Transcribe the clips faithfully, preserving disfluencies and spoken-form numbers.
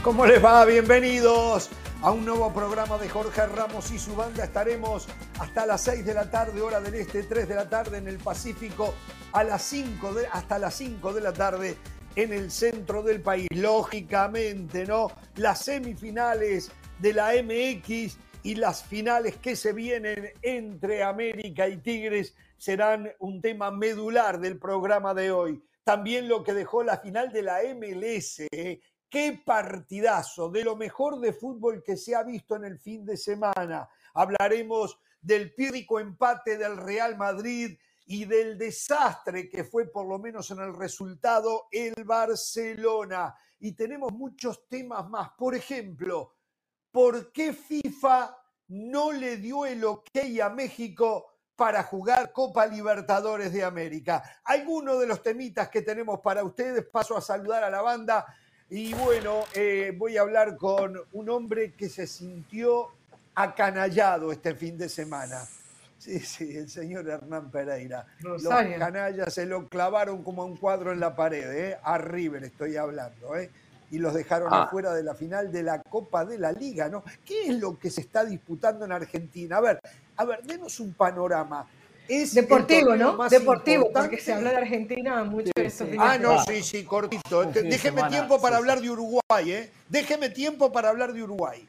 ¿Cómo les va? Bienvenidos a un nuevo programa de Jorge Ramos y su banda. Estaremos hasta las seis de la tarde, hora del este, tres de la tarde en el Pacífico, a las cinco de, hasta las cinco de la tarde en el centro del país. Lógicamente, ¿no? Las semifinales de la M X y las finales que se vienen entre América y Tigres serán un tema medular del programa de hoy. También lo que dejó la final de la M L S, ¿eh? ¡Qué partidazo! De lo mejor de fútbol que se ha visto en el fin de semana. Hablaremos del pírrico empate del Real Madrid y del desastre que fue, por lo menos en el resultado, el Barcelona. Y tenemos muchos temas más. Por ejemplo, ¿por qué FIFA no le dio el ok a México para jugar Copa Libertadores de América? Algunos de los temitas que tenemos para ustedes. Paso a saludar a la banda. Y bueno, eh, voy a hablar con un hombre que se sintió acanallado este fin de semana. Sí, sí, el señor Hernán Pereira. Rosario. Los canallas se lo clavaron como a un cuadro en la pared, ¿eh? A River estoy hablando, ¿eh? Y los dejaron ah. afuera de la final de la Copa de la Liga, ¿no? ¿Qué es lo que se está disputando en Argentina? A ver, a ver, denos un panorama. Es deportivo, ¿no? Deportivo, importante. Porque se habla de Argentina mucho de estos días. Ah, no, sí, sí, cortito. Sí, Déjeme semana, tiempo para sí, hablar sí. de Uruguay, ¿eh? Déjeme tiempo para hablar de Uruguay.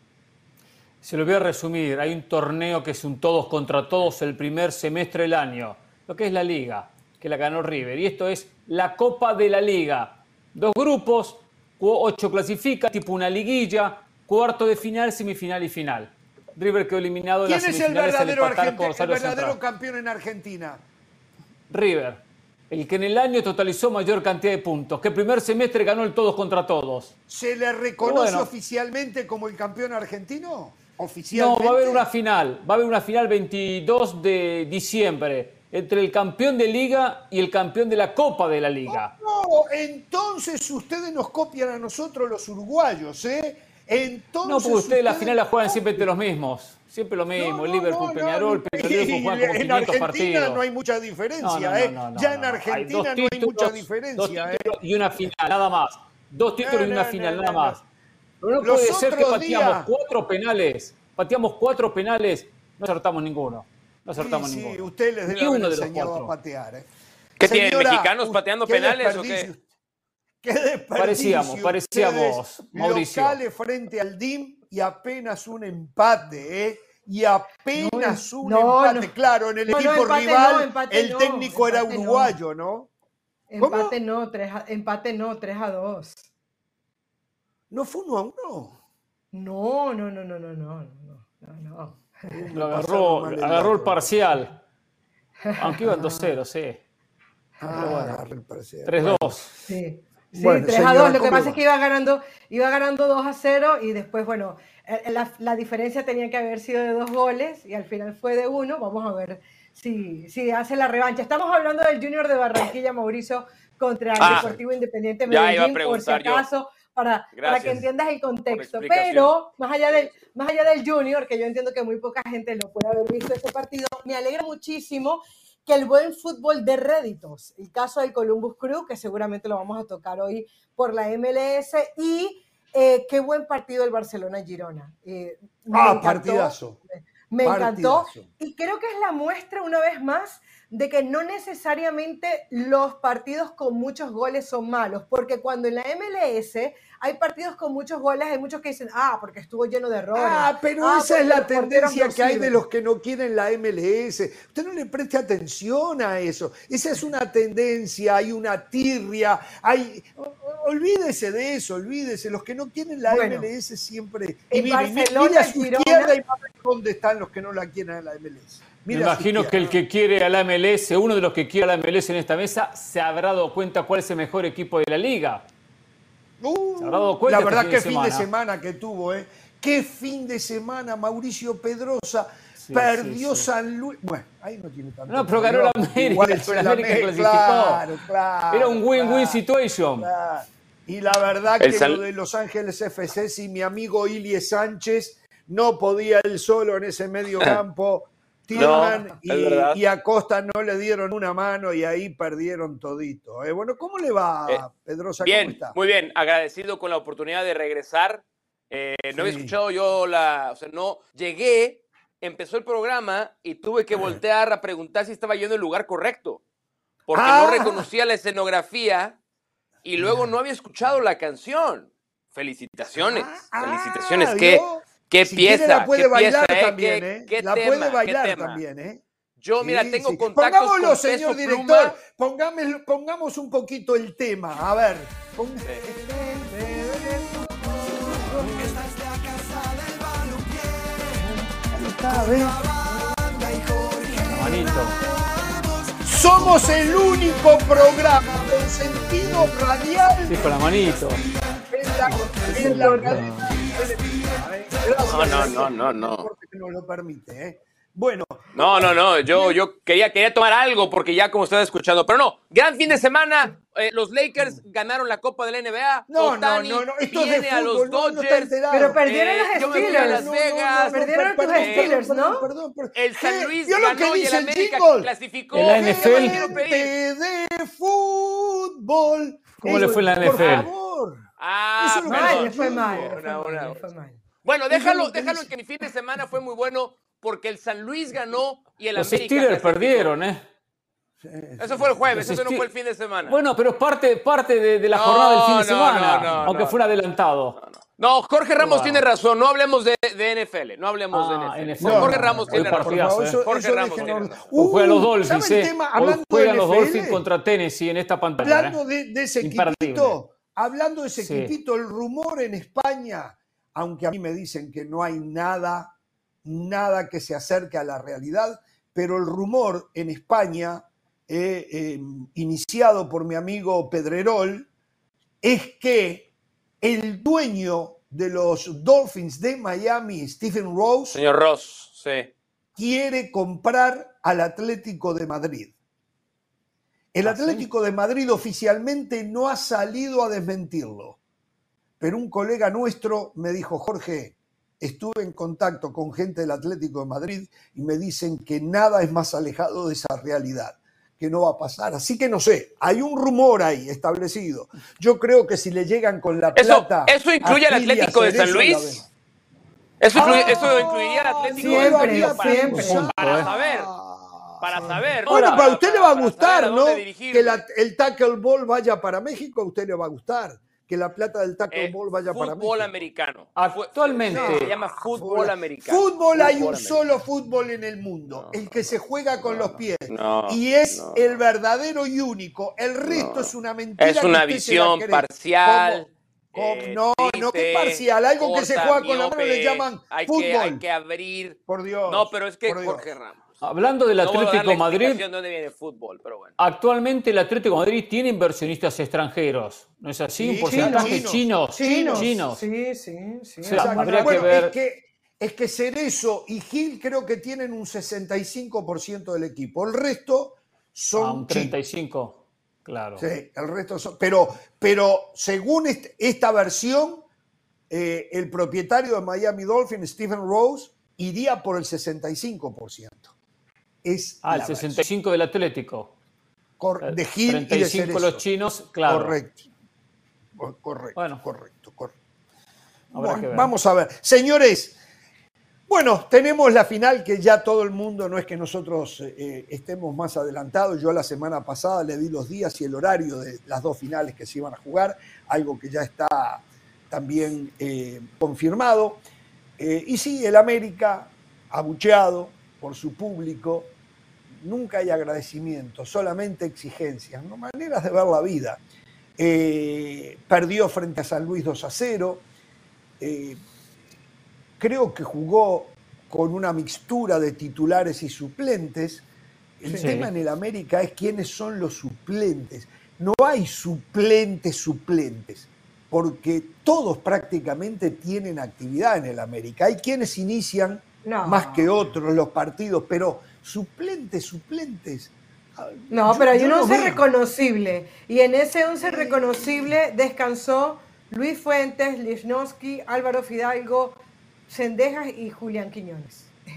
Se lo voy a resumir. Hay un torneo que es un todos contra todos el primer semestre del año. Lo que es la Liga, que la ganó River. Y esto es la Copa de la Liga. Dos grupos, ocho clasifican, tipo una liguilla, cuarto de final, semifinal y final. River quedó eliminado en las semifinales al empatar con Rosario ¿Quién es el verdadero Central. campeón en Argentina? River, el que en el año totalizó mayor cantidad de puntos, que el primer semestre ganó el todos contra todos. ¿Se le reconoce bueno, oficialmente como el campeón argentino? ¿Oficialmente? No, va a haber una final, va a haber una final veintidós de diciembre, entre el campeón de Liga y el campeón de la Copa de la Liga. Oh, no, entonces ustedes nos copian a nosotros los uruguayos, ¿eh? Entonces, no, porque ustedes la final la juegan siempre entre los mismos. Siempre lo mismo. No, no, Liverpool, no, Peñarol, no, Peñarol juegan como en Argentina no hay mucha diferencia, no, no, ¿eh? No, no, ya en Argentina hay no hay mucha diferencia, ¿eh? Y una final, nada más. Dos títulos y una final, nada más. Pero no puede ser que pateamos días... cuatro penales. Pateamos cuatro penales. No acertamos ninguno. No acertamos sí, ninguno. Sí, ustedes les deben haber enseñado a patear, ¿eh? ¿Qué Señora, tienen, mexicanos pateando penales o qué? ¡Qué desperdicio! Parecíamos, parecíamos, Mauricio. Locales frente al D I M y apenas un empate, ¿eh? Y apenas no, un no, empate. No. Claro, en el no, equipo no, empate rival empate el técnico era uruguayo, ¿no? Empate ¿Cómo? no, tres a, empate no, tres a dos. ¿No fue uno a uno? No, no, no, no, no, no, no, no. Lo agarró, agarró el parcial. Aunque iban dos cero, sí. Ah, bueno, tres dos. Sí. Sí, bueno, tres a dos. Lo que pasa es que iba ganando, iba ganando dos a cero y después, bueno, la, la diferencia tenía que haber sido de dos goles y al final fue de uno. Vamos a ver si, si hace la revancha. Estamos hablando del Junior de Barranquilla, Mauricio, contra el ah, Deportivo Independiente Medellín, por si acaso, para, para que entiendas el contexto. Pero más allá, del, más allá del Junior, que yo entiendo que muy poca gente lo puede haber visto este partido, me alegra muchísimo que el buen fútbol dé réditos. El caso del Columbus Crew, que seguramente lo vamos a tocar hoy por la M L S, y eh, qué buen partido el Barcelona-Girona. Eh, ah, partidazo. Me encantó. Partidazo. Y creo que es la muestra, una vez más, de que no necesariamente los partidos con muchos goles son malos, porque cuando en la M L S hay partidos con muchos goles, hay muchos que dicen, ah, porque estuvo lleno de errores. Ah, pero ah, esa es la tendencia que hay de los que no quieren la M L S. Usted no le preste atención a eso. Esa es una tendencia, hay una tirria, hay... Olvídese de eso, olvídese. Los que no quieren la bueno, M L S siempre... Y mire, mire a su Girona, izquierda y dónde están los que no la quieren a la M L S. Mira, me imagino que el que quiere a la M L S, uno de los que quiere a la M L S en esta mesa, se habrá dado cuenta cuál es el mejor equipo de la liga. Uh, ¿Se habrá dado cuenta? La verdad, este qué fin, fin de semana que tuvo, ¿eh? Qué fin de semana, Mauricio Pedrosa. Sí, perdió sí, sí. San Luis. Bueno, ahí no tiene tanto. No, pero ganó la América. Pero la América clasificó. Claro, claro. Era un win-win claro, situation. Claro. Y la verdad el que San... lo de Los Ángeles F C, si mi amigo Ilie Sánchez no podía él solo en ese medio campo. Tillman no, y, y Acosta no le dieron una mano y ahí perdieron todito. Eh, bueno, ¿cómo le va, eh, Pedrosa? Bien, ¿Cómo está? muy bien. Agradecido con la oportunidad de regresar. Eh, sí. No había escuchado yo la... O sea, no... Llegué, empezó el programa y tuve que voltear a preguntar si estaba yo en el lugar correcto. Porque ah. no reconocía la escenografía y luego no había escuchado la canción. Felicitaciones, ah, felicitaciones. Ah, ¿Qué, qué si pieza? La puede qué bailar pieza, también, ¿eh? ¿eh? ¿Qué, la qué puede tema, bailar también, ¿eh? Yo, sí, mira, tengo sí. contactos Pongámoslo, con señor Peso director. Pluma. Pongamos, pongamos un poquito el tema. A ver. Pong... Sí. Manito. Somos el único programa con sentido radial. Sí, con la manito. En la, en la cadena. No, no, no, no, no. Que nos lo permite, ¿eh? Bueno. No, no, no. Yo, yo quería, quería tomar algo porque ya como estaba escuchando. Pero no, gran fin de semana. Eh, los Lakers ganaron la Copa de la N B A. No, Otani no, no, no. Esto viene es de fútbol, a los no, Dodgers. No pero perdieron eh, los yo me fui a Las Steelers. Vegas. No, no, no, perdieron tus perdón, Steelers, perdón, ¿no? Perdón, perdón, el San Luis ¿Vio ganó lo que y el dice América jingle? clasificó. En la N F L. Gente de fútbol. ¿Cómo le fue en la N F L? Por favor. Ah, Eso es lo mal, que le fue mal, le fue Una, mal, una. le fue mal. Bueno, déjalo, Eso es lo que déjalo en dice. que mi fin de semana fue muy bueno porque el San Luis ganó y el Los América Steelers clasificó. perdieron, ¿eh? Sí, Eso fue el jueves, Los eso no Ste- fue el fin de semana. Bueno, pero es parte, parte de, de la No, jornada del fin de no, semana, no, no, aunque no. fuera adelantado. No, Jorge Ramos Bueno. tiene razón, no hablemos de, de N F L, no hablemos Ah, de N F L. N F L. No, Jorge No, Ramos no, tiene no, razón. por favor, eso- Jorge eso Ramos déjenlo- tiene razón. Uh, Hoy juegan los Dolphins, ¿sabe el ¿eh? tema? Hoy Hablando juegan de los N F L, Dolphins contra Tennessee en esta pantalla. Hablando ¿eh? de, de ese Imperdible. equipito, hablando de ese Sí. equipito, el rumor en España, aunque a mí me dicen que no hay nada, nada que se acerque a la realidad, pero el rumor en España, eh, eh, iniciado por mi amigo Pedrerol, es que el dueño de los Dolphins de Miami, Stephen Rose, Señor Ross, sí. quiere comprar al Atlético de Madrid. El ¿Ah, Atlético sí? de Madrid oficialmente no ha salido a desmentirlo, pero un colega nuestro me dijo, Jorge, estuve en contacto con gente del Atlético de Madrid y me dicen que nada es más alejado de esa realidad, que no va a pasar. Así que no sé, hay un rumor ahí establecido. Yo creo que si le llegan con la Eso, plata... ¿Eso incluye al a Gil y a Atlético de San Cerezo, la Luis? ven. ¿Eso, incluye, Ah, ¿Eso incluiría al Atlético siempre, de San Luis? Para, siempre. para saber, para saber. ¿no? Bueno, Para- pero a usted le va a para gustar, saber a ¿no? dónde dirigirme. Que la- el tackle ball vaya para México, a usted le va a gustar. Que la plata del tackle Eh, ball vaya para México. fútbol americano. Actualmente- Se, se llama fútbol americano. Fútbol hay un Fútbol solo fútbol en el mundo, No, el que se juega con los pies. No, y es no. el verdadero y único. El resto No. es una mentira. Es que una usted se la visión cree. parcial. ¿Cómo? ¿Cómo? eh, no, no, que triste, parcial. Algo que se corta, juega con la mano le miope. llaman hay fútbol. Que, hay que abrir. Por Dios. No, pero es que por Dios. Jorge Ramos. Hablando del No voy a dar la Atlético de Madrid, explicación de dónde viene el fútbol, pero bueno. actualmente el Atlético de Madrid tiene inversionistas extranjeros. ¿No es así? Sí, Un porcentaje chinos, chinos. Chinos. Chinos. Sí, sí, sí. O sea, Exacto. habría que Bueno, ver- Es que, es que Cerezo y Gil creo que tienen un sesenta y cinco por ciento del equipo. El resto son Ah, un chinos. treinta y cinco, claro. Sí, el resto son. Pero, pero según est- esta versión, eh, el propietario de Miami Dolphins, Stephen Rose, iría por el sesenta y cinco por ciento. Es Ah, el la sesenta y cinco del Atlético. versión. Cor- de Gil y treinta y de cinco Cerezo. los chinos, claro. Correcto. Cor- Correcto, Bueno. correcto, correcto. Habrá Bueno, que ver. vamos a ver. Señores, bueno, tenemos la final que ya todo el mundo, no es que nosotros eh, estemos más adelantados. Yo la semana pasada le di los días y el horario de las dos finales que se iban a jugar, algo que ya está también eh, confirmado. Eh, y sí, el América, abucheado por su público, nunca hay agradecimiento, solamente exigencias, ¿no? Maneras de ver la vida. Eh, perdió frente a San Luis dos a cero. Eh, creo que jugó con una mixtura de titulares y suplentes. El Sí. tema en el América es quiénes son los suplentes. No hay suplentes suplentes, porque todos prácticamente tienen actividad en el América. Hay quienes inician No. más que otros los partidos, pero suplentes, suplentes. No, yo- pero hay yo un no once veo. reconocible. Y en ese once reconocible descansó Luis Fuentes, Lichnowsky, Álvaro Fidalgo, Cendejas y Julián Quiñones.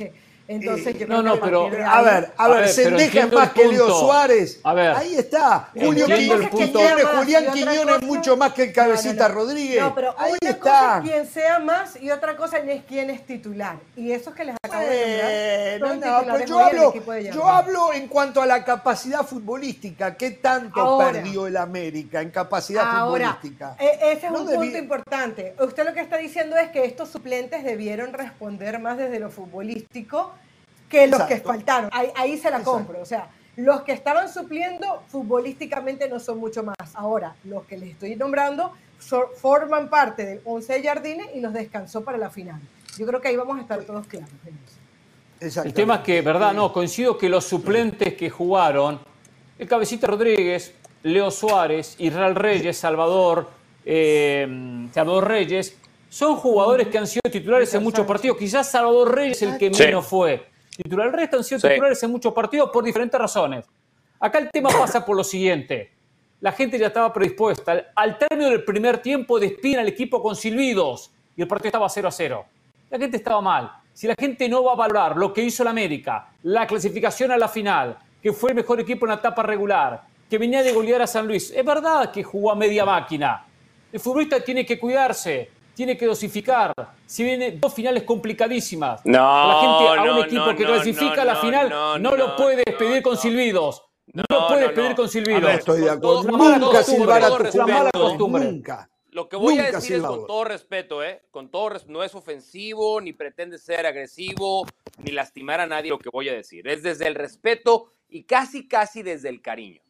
Entonces, yo no, creo no, que pero a, ahí, a ver, a ver, a ver, Sendeja es más que Leo Suárez. A ver, ahí está. Julio entiendo el Quiñones, punto. Julián Quiñones es mucho más que el Cabecita no, no, no. Rodríguez. No, pero ahí una está. cosa es quién sea más y otra cosa es quién es titular. Y esos que les acabo de nombrar son no, no, pero yo hablo, yo hablo en cuanto a la capacidad futbolística. ¿Qué tanto ahora, perdió el América en capacidad ahora, futbolística? Ese es no un debí... punto importante. Usted lo que está diciendo es que estos suplentes debieron responder más desde lo futbolístico que los Exacto. que faltaron. Ahí, ahí se la Exacto. compro. O sea, los que estaban supliendo futbolísticamente no son mucho más. Ahora, los que les estoy nombrando so, forman parte del once de Jardine y los descansó para la final. Yo creo que ahí vamos a estar todos claros en eso. El tema es que, verdad, no, coincido que los suplentes que jugaron, el Cabecita Rodríguez, Leo Suárez, Israel Reyes, Salvador, eh, Salvador Reyes, son jugadores que han sido titulares en muchos partidos. Quizás Salvador Reyes el que menos sí. fue titular. El resto han sido sí. titulares en muchos partidos por diferentes razones. Acá el tema pasa por lo siguiente. La gente ya estaba predispuesta. Al, al término del primer tiempo despiden al equipo con silbidos y el partido estaba cero a cero. La gente estaba mal. Si la gente no va a valorar lo que hizo el América, la clasificación a la final, que fue el mejor equipo en la etapa regular, que venía de golear a San Luis, es verdad que jugó a media máquina. El futbolista tiene que cuidarse, tiene que dosificar. Si vienen dos finales complicadísimas, no, la gente a no, un equipo no, que no, clasifica no, a la final no, no, no lo puede despedir no, con no. silbidos. No, No, lo puede no, despedir no. con silbidos. Ver, estoy de acuerdo. Todo, Nunca todo, silbar a tu respeto, mala costumbre. Nunca. Lo que voy Nunca a decir es silbador. con todo respeto, ¿eh? Con todo res- no es ofensivo, ni pretende ser agresivo, ni lastimar a nadie lo que voy a decir. Es desde el respeto y casi, casi desde el cariño.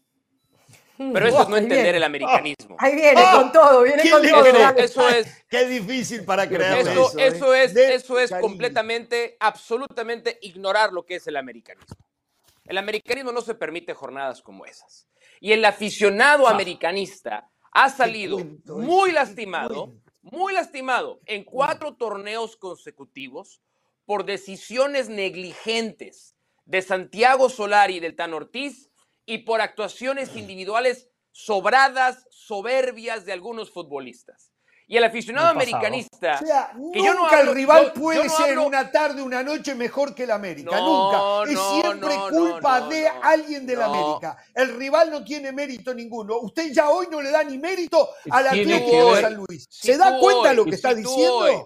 Pero eso oh, es no entender viene. el americanismo. Ahí viene Oh, con todo, viene con todo. Eso, eso es, Qué difícil para creer eso, eso. eso ¿eh? es, De eso es cariño. completamente, absolutamente ignorar lo que es el americanismo. El americanismo no se permite jornadas como esas. Y el aficionado americanista ha salido muy lastimado, muy lastimado en cuatro torneos consecutivos por decisiones negligentes de Santiago Solari y del Tan Ortiz y por actuaciones individuales sobradas, soberbias de algunos futbolistas. Y el aficionado americanista... O sea, que nunca yo no hablo, el rival yo, puede yo no ser hablo, una tarde, una noche mejor que el América. no, nunca. Es no, siempre no, culpa no, de no, alguien del no. América. El rival no tiene mérito ninguno. Usted ya hoy no le da ni mérito al Tiene Atlético que de ver- San Luis. si ¿Se da tú cuenta hoy- lo que si está tú diciendo? hoy-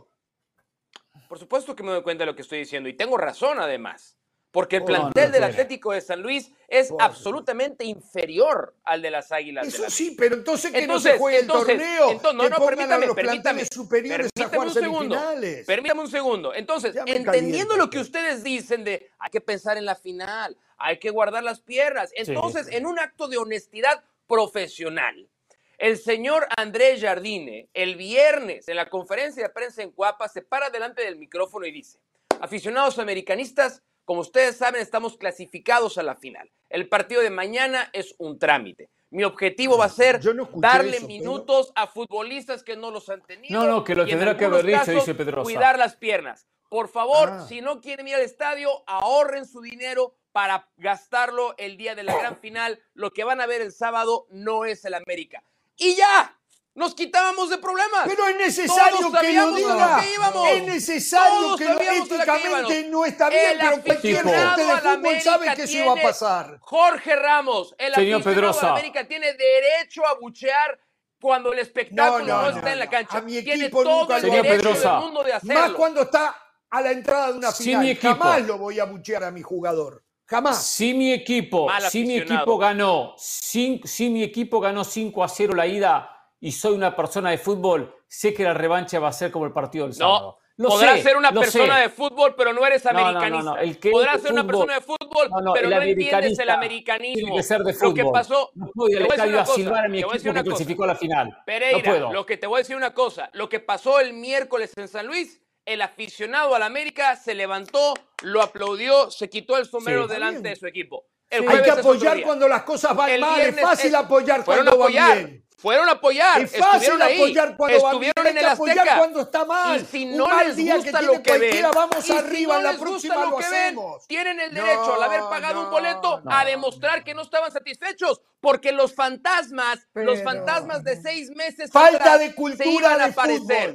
Por supuesto que me doy cuenta de lo que estoy diciendo y tengo razón además. Porque el Oh, plantel no, del no, Atlético de San Luis es Por absolutamente inferior al de las Águilas del Eso América. sí, pero entonces que Entonces, no se juegue entonces, el torneo. entonces, no, que no, pongan permítame, a los permítame, planteles superiores a permítame jugar un segundo, semifinales. permítame un segundo. Entonces, Ya me entendiendo calienta, lo que pues. ustedes dicen de hay que pensar en la final, hay que guardar las piernas, entonces, Sí. en un acto de honestidad profesional, el señor Andrés Jardine, el viernes, en la conferencia de prensa en Cuapa, se para delante del micrófono y dice: aficionados americanistas, como ustedes saben, estamos clasificados a la final. El partido de mañana es un trámite. Mi objetivo va a ser Yo no escuché darle eso, minutos a futbolistas que no los han tenido. No, no, que lo y en tendrá que algunos haber dicho, casos, dice Pedrosa. cuidar las piernas. Por favor, Ah. si no quieren ir al estadio, ahorren su dinero para gastarlo el día de la gran final. Lo que van a ver el sábado no es el América. Y ya, nos quitábamos de problemas. Pero es necesario Todos que lo sabíamos a diga. lo que íbamos. Es necesario Todos que lo sabíamos a lo que éticamente íbamos. no está bien, El pero cualquier aficionado gente de a la fútbol América sabe que eso iba a tiene- pasar. Jorge Ramos, el Señor aficionado Pedrosa. a la América tiene derecho a buchear cuando el espectáculo no, No, no, está no, en la no. cancha. A mi Tiene equipo todo nunca el lo Señor derecho Pedrosa. del mundo de hacerlo. Más cuando está a la entrada de una Si final. mi equipo- Jamás lo voy a buchear a mi jugador. Jamás. Si mi equipo, Mal si mi aficionado. equipo ganó, cin- si mi equipo ganó cinco a cero la ida y soy una persona de fútbol, sé que la revancha va a ser como el partido del sábado. No, Lo podrás sé, ser una lo persona sé. de fútbol, pero no eres No, no, no, americanista. no, el que Podrás es de ser una fútbol. persona de fútbol, No, no, pero el no entiendes el americanista americanismo. Tiene que ser de Lo fútbol. que pasó, No puedo ir te al voy a decir estadio una a silbar cosa, a mi te voy a decir equipo una que cosa. clasificó a la final. Pereira, no puedo. lo que te voy a decir una cosa, lo que pasó el miércoles en San Luis, el aficionado al América se levantó, lo aplaudió, se quitó el sombrero Sí. delante Está bien. de su equipo. El Sí. Hay jueves que es otro apoyar día. cuando las cosas van El mal. Es viernes fácil es- apoyar fueron cuando a apoyar, van bien. Fueron a apoyar, Es fácil estuvieron ahí, apoyar cuando van bien. estuvieron Hay en que el apoyar Azteca. cuando está mal. Y si Un no mal les día que gusta tiene lo que cualquiera, ven, vamos y si arriba, no en la les gusta próxima lo lo que ven, hacemos. tienen el derecho al haber pagado No, un boleto no, a demostrar que no estaban satisfechos, porque los fantasmas, Pero- los fantasmas de seis meses Falta atrás de se cultura iban a de aparecer. fútbol.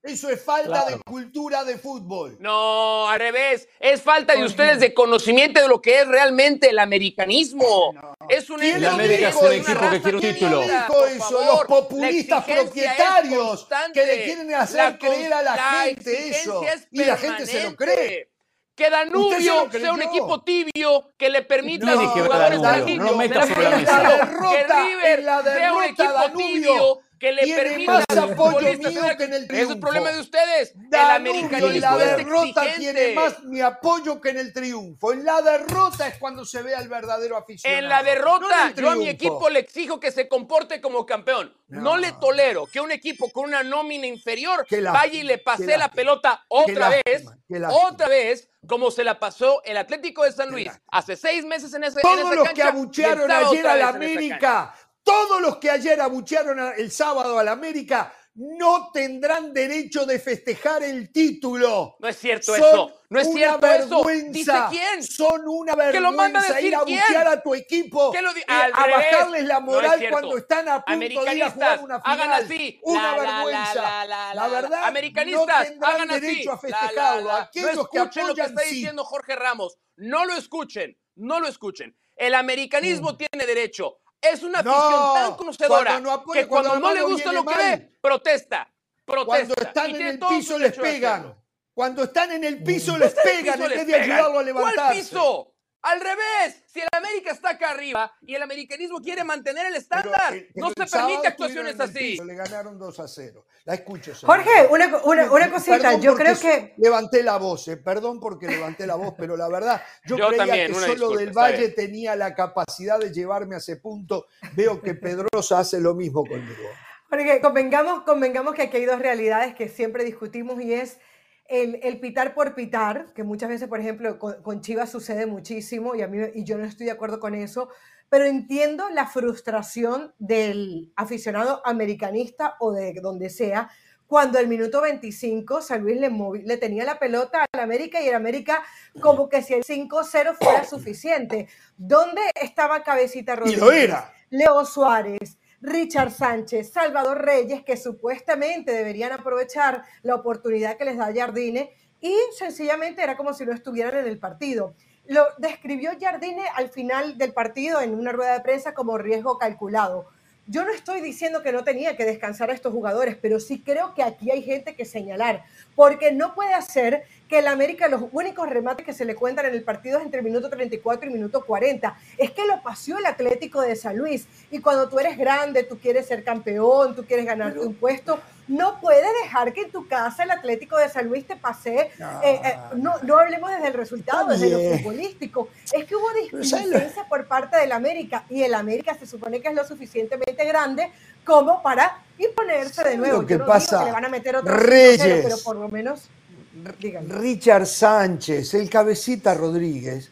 Eso es falta Claro. de cultura de fútbol. No, al revés. Es falta de ustedes de conocimiento de lo que es realmente el americanismo. No. Es un ¿Quién El América es un equipo que quiere un ¿Quién título. dijo eso? Los populistas propietarios que le quieren hacer creer a la gente eso. Y la gente se lo cree. Que ¿Usted se Danubio lo sea un creyó? equipo tibio que le permita a No, los que jugadores Danubio, tranquilos. no lo meta Será sobre la por mesa. eso La que derrota, River en la sea un derrota equipo Danubio tibio que le tiene permita más a los apoyo futbolistas mío tener- que en el Ese es el triunfo. problema de ustedes. El Danubio americanismo en la es derrota exigente. tiene más mi apoyo que en el triunfo. En la derrota es cuando se ve al verdadero aficionado. En la derrota, no en el yo a mi triunfo. equipo le exijo que se comporte como campeón. No, No. le tolero que un equipo con una nómina inferior Qué lástima, vaya y le qué pase la lástima. pelota otra Qué vez, lástima, qué lástima. otra vez, como se la pasó el Atlético de San Qué Luis lástima. hace seis meses en, ese, en Todos esa los cancha. que y el abuchearon sábado ayer otra al vez en esa América, todos los que ayer abuchearon a- el sábado al América, no tendrán derecho de festejar el título. No es cierto Son eso, no es una cierto eso. vergüenza. ¿Dice quién? Son una ¿Que lo manda a vergüenza decir ir a quién? abuchear a tu equipo, ¿Qué lo di- eh, Al a revés. bajarles la No es moral cierto. cuando están a punto de ir a jugar Americanistas, una final. hagan así. Una La, la, vergüenza. la, La, la, la, la, verdad, Americanistas, no tendrán hagan así. derecho a La, festejarlo. la, la. Aquellos no que escuchen lo que apoyan, está sí. diciendo Jorge Ramos. No lo escuchen, no lo escuchen. El americanismo tiene derecho. Es una No, afición tan conocedora cuando no apoya, que cuando, cuando no le algo gusta viene lo que mal, ve, protesta. Protesta. Cuando están Y en tiene el todo su piso les derecho de pegan. hacerlo. Cuando están en el piso les En el pegan piso en les vez de pegan. ayudarlo a levantarse. ¿Cuál piso? Al revés, si el América está acá arriba y el americanismo quiere mantener el Pero estándar, el- no pero se el sábado permite estuvieron actuaciones en el así. piso, le ganaron dos a cero. La escucho, señor. Jorge, una, co- una, una cosita, Perdón yo porque creo que... levanté la voz, eh, perdón porque levanté la voz, pero la verdad, yo, Yo creía también, que una solo disculpa, Del está Valle bien. tenía la capacidad de llevarme a ese punto. Veo que Pedrosa hace lo mismo conmigo. Porque convengamos, convengamos que aquí hay dos realidades que siempre discutimos y es el, el pitar por pitar, que muchas veces, por ejemplo, con, con Chivas sucede muchísimo y, a mí, y yo no estoy de acuerdo con eso, pero entiendo la frustración del aficionado americanista o de donde sea, cuando el minuto veinticinco San Luis le, movi- le tenía la pelota al América y el América como que si el cinco cero fuera suficiente. ¿Dónde estaba Cabecita Y Rodríguez? lo era. Leo Suárez, Richard Sánchez, Salvador Reyes, que supuestamente deberían aprovechar la oportunidad que les da Jardine, y sencillamente era como si no estuvieran en el partido. Lo describió Jardine al final del partido en una rueda de prensa como riesgo calculado. Yo no estoy diciendo que no tenía que descansar a estos jugadores, pero sí creo que aquí hay gente que señalar, porque no puede hacer que el América, los únicos remates que se le cuentan en el partido es entre el minuto treinta y cuatro y minuto cuarenta. Es que lo paseó el Atlético de San Luis. Y cuando tú eres grande, tú quieres ser campeón, tú quieres ganarte un puesto, no puedes dejar que en tu casa el Atlético de San Luis te pase. No, Eh, eh, no, no hablemos desde el resultado, Está desde lo bien. futbolístico. Es que hubo Pero ¿sabes lo- displicencia por parte del América, y el América se supone que es lo suficientemente grande como para imponerse de nuevo. lo que Yo no digo pasa? que le van a meter otro Reyes. cinco cero, pero por lo menos díganme. Richard Sánchez, el Cabecita Rodríguez,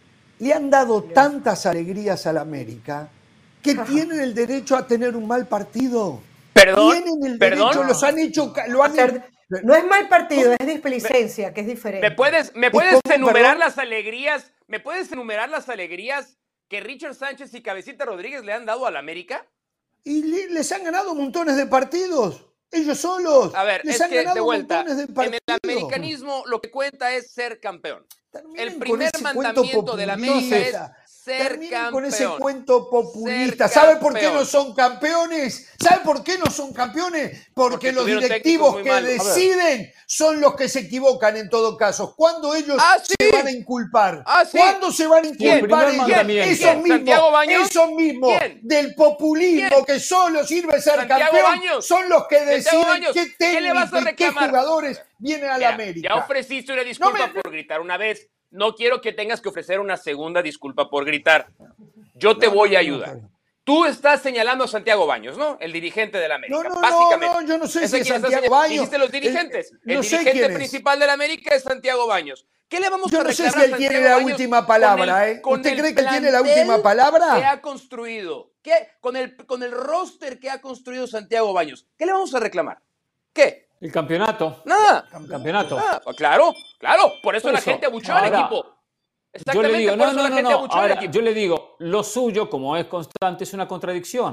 le han dado tantas alegrías al América que tienen el derecho a tener un mal partido. Perdón, Tienen el perdón. derecho, los han hecho, ca- lo han Hacer- no es mal partido, es displicencia, que es diferente. ¿Me puedes, me ¿Y puedes cómo, enumerar perdón? las alegrías? ¿Me puedes enumerar las alegrías que Richard Sánchez y Cabecita Rodríguez le han dado al América? Y le- les han ganado montones de partidos. Ellos solos. A ver, les es han que de ganado vuelta, montones de en partidos. el americanismo lo que cuenta es ser campeón. Terminen El con primer ese cuento mandamiento de la América es populista. ser Terminen campeón. con ese cuento populista. Ser ¿Sabe por qué campeón. no son campeones? ¿Sabe por qué no son campeones? Porque, Porque los tuvieron directivos técnicos muy que malos. A ver. deciden son los que se equivocan en todo caso. ¿Cuándo ellos Ah, se sí. van a inculpar? Ah, sí. ¿Cuándo se van a ¿Quién? inculpar Primer ellos? mandamiento. Esos ¿Quién? mismos, ¿Santiago Baños? esos mismos ¿Quién? del populismo ¿Quién? que solo sirve ser ¿Santiago campeón Baños? son los que ¿Santiago deciden Baños? qué ¿Qué le vas a técnico y qué reclamar? jugadores vienen a la Mira, América. ya ofreciste una disculpa No me- por gritar una vez. No quiero que tengas que ofrecer una segunda disculpa por gritar. Yo te No, voy no, a no, ayudar. está bien. Tú estás señalando a Santiago Baños, ¿no? El dirigente de la América. No, no, no, básicamente. no, yo no sé ¿Es si a es quién estás Santiago señalando? Baños. Dijiste los El- dirigentes. El, no sé dirigente quién es. principal de la América es Santiago Baños. ¿Qué le vamos Yo a no sé reclamar si él a tiene Santiago la Baños última palabra, con el- ¿eh? con ¿Usted el cree que él tiene la plantel última palabra? que ha construido? ¿Qué? Con el, con el roster que ha construido Santiago Baños. ¿Qué le vamos a reclamar? ¿Qué? El campeonato. Nada. Campeonato. Ah, claro, claro. Por eso Por la eso. gente abuchó al Ahora, equipo. Yo Exactamente, le digo, por no, eso no, la no, gente no. abuchó al Ahora, equipo. yo le digo, lo suyo, como es constante, es una contradicción.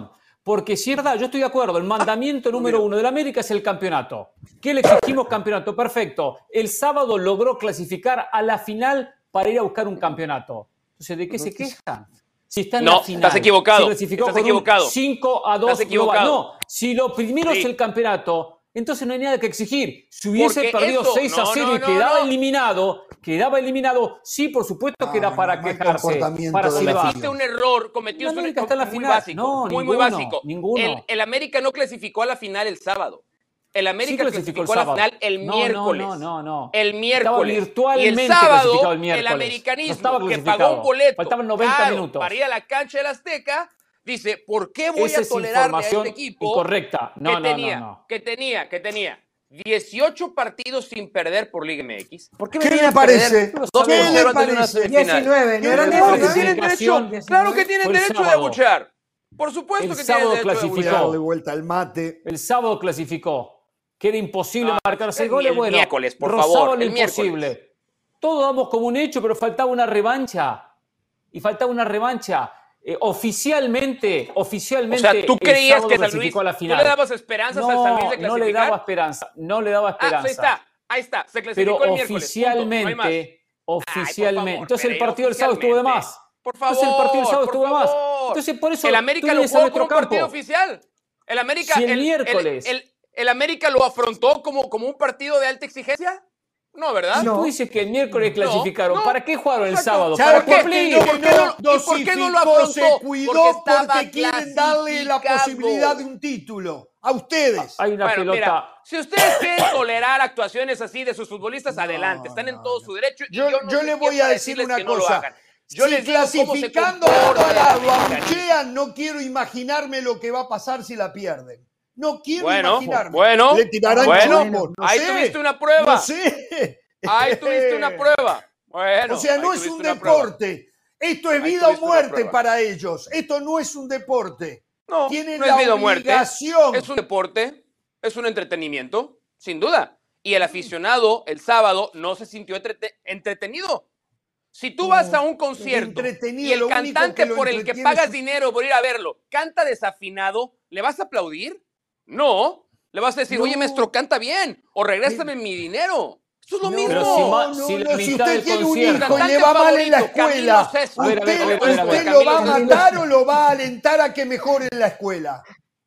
Porque si es verdad, yo estoy de acuerdo, el mandamiento número uno del América es el campeonato. ¿Qué le exigimos? Campeonato, perfecto. El sábado logró clasificar a la final para ir a buscar un campeonato. Entonces, ¿de qué se quejan? Si está en no, la final. Estás equivocado. Se clasificó Estás equivocado. cinco a dos. Estás equivocado. No, si lo primero sí. es el campeonato, entonces no hay nada que exigir. Si hubiese Porque perdido esto, seis a cero no, no, y quedaba no. eliminado, quedaba eliminado, sí, por supuesto no, que era para no, quejarse, para silbar. Cometiste un error, cometió un error muy final. básico, No, muy, ninguno, muy básico. Ninguno. El, el América no clasificó a la final el sábado. El América sí clasificó, clasificó a la final el no, miércoles. No, no, no, no. El miércoles. Estaba virtualmente y el sábado, el, el americanismo, no que pagó un boleto Faltaban noventa claro, minutos. para ir a la cancha del Azteca, dice, ¿por qué voy Esa a tolerarle a este equipo incorrecta. No, que, no, tenía, no, no. que tenía, que tenía dieciocho partidos sin perder por Liga M X? ¿Por qué, ¿Qué le parece? dos ¿Qué le por parece? diecinueve, ¿no eran claro que diecinueve? tienen derecho, claro que tienen derecho de abuchear. Por supuesto el que sábado tienen derecho clasificó. de abuchear. De vuelta al mate. El sábado clasificó. Que era imposible no, marcar seis el, goles. El bueno, miércoles, por rozaba favor. lo el imposible. Miércoles. Todo damos como un hecho, pero faltaba una revancha. Y faltaba una revancha. Eh, oficialmente, oficialmente. O sea, tú creías que San Luis, a la final. tú le dabas esperanzas no, a San Luis de clasificar. No le daba esperanza, no le daba esperanza. Ah, ahí está, ahí está, se clasificó pero el miércoles. oficialmente, punto, no hay más. oficialmente. Ay, favor, entonces el partido del sábado estuvo de más. Por favor, entonces el partido del sábado estuvo de más. favor. Entonces por eso el América lo jugó como un partido oficial. El América, si el, el miércoles, el, el, el América lo afrontó como, como un partido de alta exigencia. No, ¿verdad? Si no. tú dices que el miércoles clasificaron, no, ¿para qué jugaron el exacto. sábado? ¿Sabe ¿Para por cumplir? qué no? ¿Por qué no, Dosificó, ¿y por qué no lo afrontó? se cuidó porque, porque quieren darle la posibilidad de un título a ustedes. Hay una bueno, pelota. Mira, si ustedes quieren tolerar actuaciones así de sus futbolistas, no, adelante, están no, en todo no. su derecho. Y yo, yo, no yo sé le quién voy a para decir decirles una que no lo cosa. hagan. Yo si les digo cómo se clasificando comporta al lado el americanismo. abuchean, no quiero imaginarme lo que va a pasar si la pierden. No quiero Bueno, imaginarme. bueno, Le tirarán bueno, chumbo, no ahí sé, tuviste una prueba. No sé. Ahí tuviste una prueba. Bueno, o sea, no es un deporte. Esto es ahí vida o muerte una para ellos. Esto no es un deporte. No, Tienen no la es vida o muerte. obligación. Es un deporte, es un entretenimiento, sin duda. Y el aficionado el sábado no se sintió entrete entretenido. Si tú vas a un concierto y el cantante por el que pagas dinero por ir a verlo canta desafinado, ¿le vas a aplaudir? No. Le vas a decir, no. Oye, maestro, canta bien, o regrésame mi dinero. Eso es lo no, mismo. Pero si, ma, no, si, no, la si mitad usted tiene un hijo concierto, y le va mal en la escuela, Sesto, ¿usted, a ver, a ver, a ver, a ver, usted lo va a matar o lo va a alentar a que mejore en la escuela?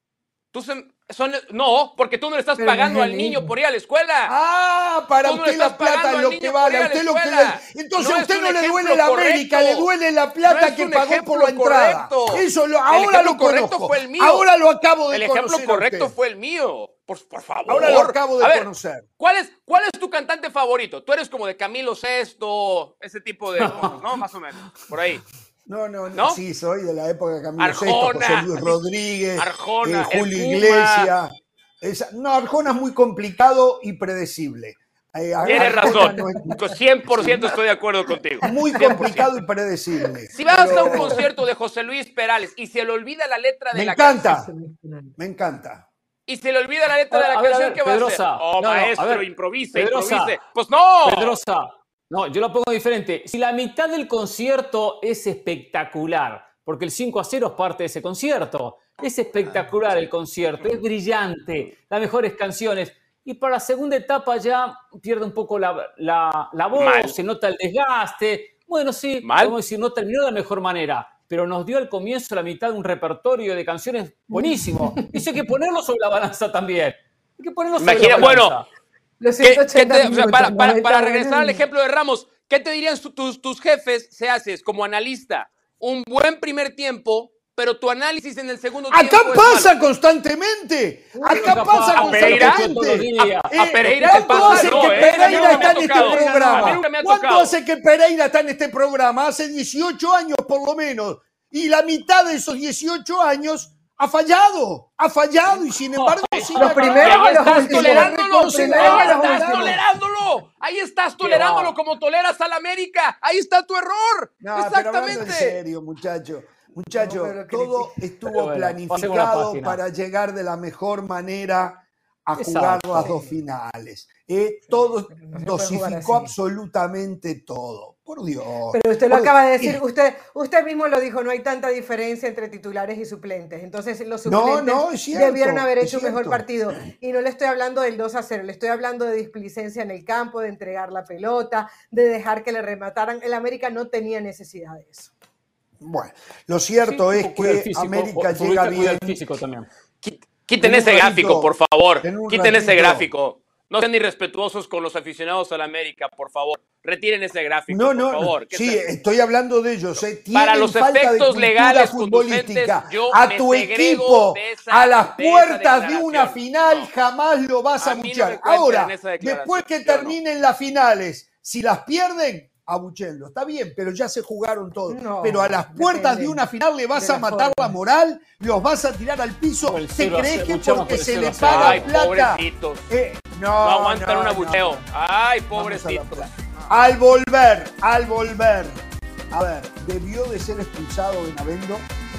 Tú se, son, no, porque tú no le estás Pero pagando no al niño por ir a la escuela. Ah, para Tú no usted le la estás pagando plata es al lo niño que por vale. ir A a la usted lo que escuela. le... Entonces No a es usted un no le duele ejemplo la América, correcto. le duele la plata No es que un pagó por ejemplo la entrada. correcto. Eso lo, El ahora ejemplo lo correcto conozco. fue el mío. Ahora lo acabo de El conocer. ejemplo correcto usted. fue el mío. Por, por favor. Ahora lo acabo de a ver, conocer. ¿cuál es, ¿Cuál es tu cantante favorito? Tú eres como de Camilo Sesto, ese tipo de cosas, ¿no? Más o menos, por ahí. No, no, no, ¿No? sí, soy de la época de Camilo Arjona, Sesto, José Luis Rodríguez, Arjona, eh, Julio el Puma. Iglesias. Esa, no, Arjona es muy complicado y predecible. Eh, Tienes Arjona razón, no es- cien por ciento estoy de acuerdo contigo. muy cien por ciento. complicado y predecible. Si vas Pero a un concierto de José Luis Perales y se le olvida la letra de me la encanta, canción, me encanta. y se le olvida la letra de la A ver, a canción, ver, ¿qué va a hacer? Pedrosa. Oh, No, no, a maestro, ver, improvise, Pedrosa. improvise. Pues no. Pedrosa, no, yo lo pongo diferente. Si la mitad del concierto es espectacular, porque el cinco a cero es parte de ese concierto, es espectacular el concierto, es brillante, las mejores canciones. Y para la segunda etapa ya pierde un poco la, la, la voz, Mal. se nota el desgaste. Bueno, sí, Mal. podemos decir, no terminó de la mejor manera, pero nos dio al comienzo la mitad de un repertorio de canciones buenísimo. Y eso hay que ponerlo sobre la balanza también. Hay que ponerlo sobre Imagina, la balanza. bueno, Los ¿Qué- qué ciento ochenta te- o sea, minutos, para, para- noventa para regresar al minutos. ejemplo de Ramos, ¿qué te dirían su- tus, tus jefes si haces como analista un buen primer tiempo, pero tu análisis en el segundo Acá tiempo es pasa malo? constantemente. Acá acá pasa pasa. ¿A Pereira? constantemente. A- a Pereira le ¿Cuánto pasa? hace No, que eh, a mí Pereira nunca me está ha en este tocado. A mí programa? nunca me ha ¿Cuánto tocado. hace que Pereira está en este programa? Hace dieciocho años por lo menos. Y la mitad de esos dieciocho años ha fallado. Ha fallado y sin embargo sigue Los acá. primeros Ahí o los estás últimos. tolerándolo, Los primeros o ahí los estás últimos. tolerándolo, ahí estás tolerándolo como toleras al América, ahí está tu error, No, pero hablando en exactamente. serio, muchacho. Muchacho, No, pero todo que- estuvo Pero bueno, pasemos la planificado página. para llegar de la mejor manera a Exacto. jugar las dos finales. Eh, todo No se puede jugar dosificó así. absolutamente todo. Por Dios. Pero usted lo Por acaba de Dios. decir, usted, usted mismo lo dijo, no hay tanta diferencia entre titulares y suplentes. Entonces los No, suplentes no, es cierto, debieron haber es hecho un mejor cierto. partido. Y no le estoy hablando del dos a cero, le estoy hablando de displicencia en el campo, de entregar la pelota, de dejar que le remataran. El América no tenía necesidad de eso. Bueno, lo cierto Sí, es un poco del que físico, América o- llega cuida el bien. físico también. Quiten En un ese ratito, gráfico, por favor. en un Quiten ese ratito. gráfico. No sean irrespetuosos con los aficionados a la América, por favor. Retiren ese gráfico, No, por no, favor. ¿Qué sí, es eso? estoy hablando de ellos. Eh. Tienen Para los falta de efectos cultura legales futbolística. conducentes, yo A me tu segrego equipo, de esa- a las de esa puertas de una declaración. final, No. jamás lo vas a A mí no abuchear. me cuenten Ahora, en esa declaración. después que Yo terminen las finales, si las pierden, abuchenlo. Está bien, pero ya se jugaron todo. No, pero a las puertas depende de una final le vas de a la matar la forma. moral, los vas a tirar al piso. Por el ¿Te cero a crees cero, que luchamos porque por el se cero a le cero. paga Ay, plata? pobrecitos. Eh, no, No aguantan no, un no, abucheo. no. Ay, Vamos a la pobrecitos. plata. Al volver, al volver, a ver, debió de ser expulsado Benavendo.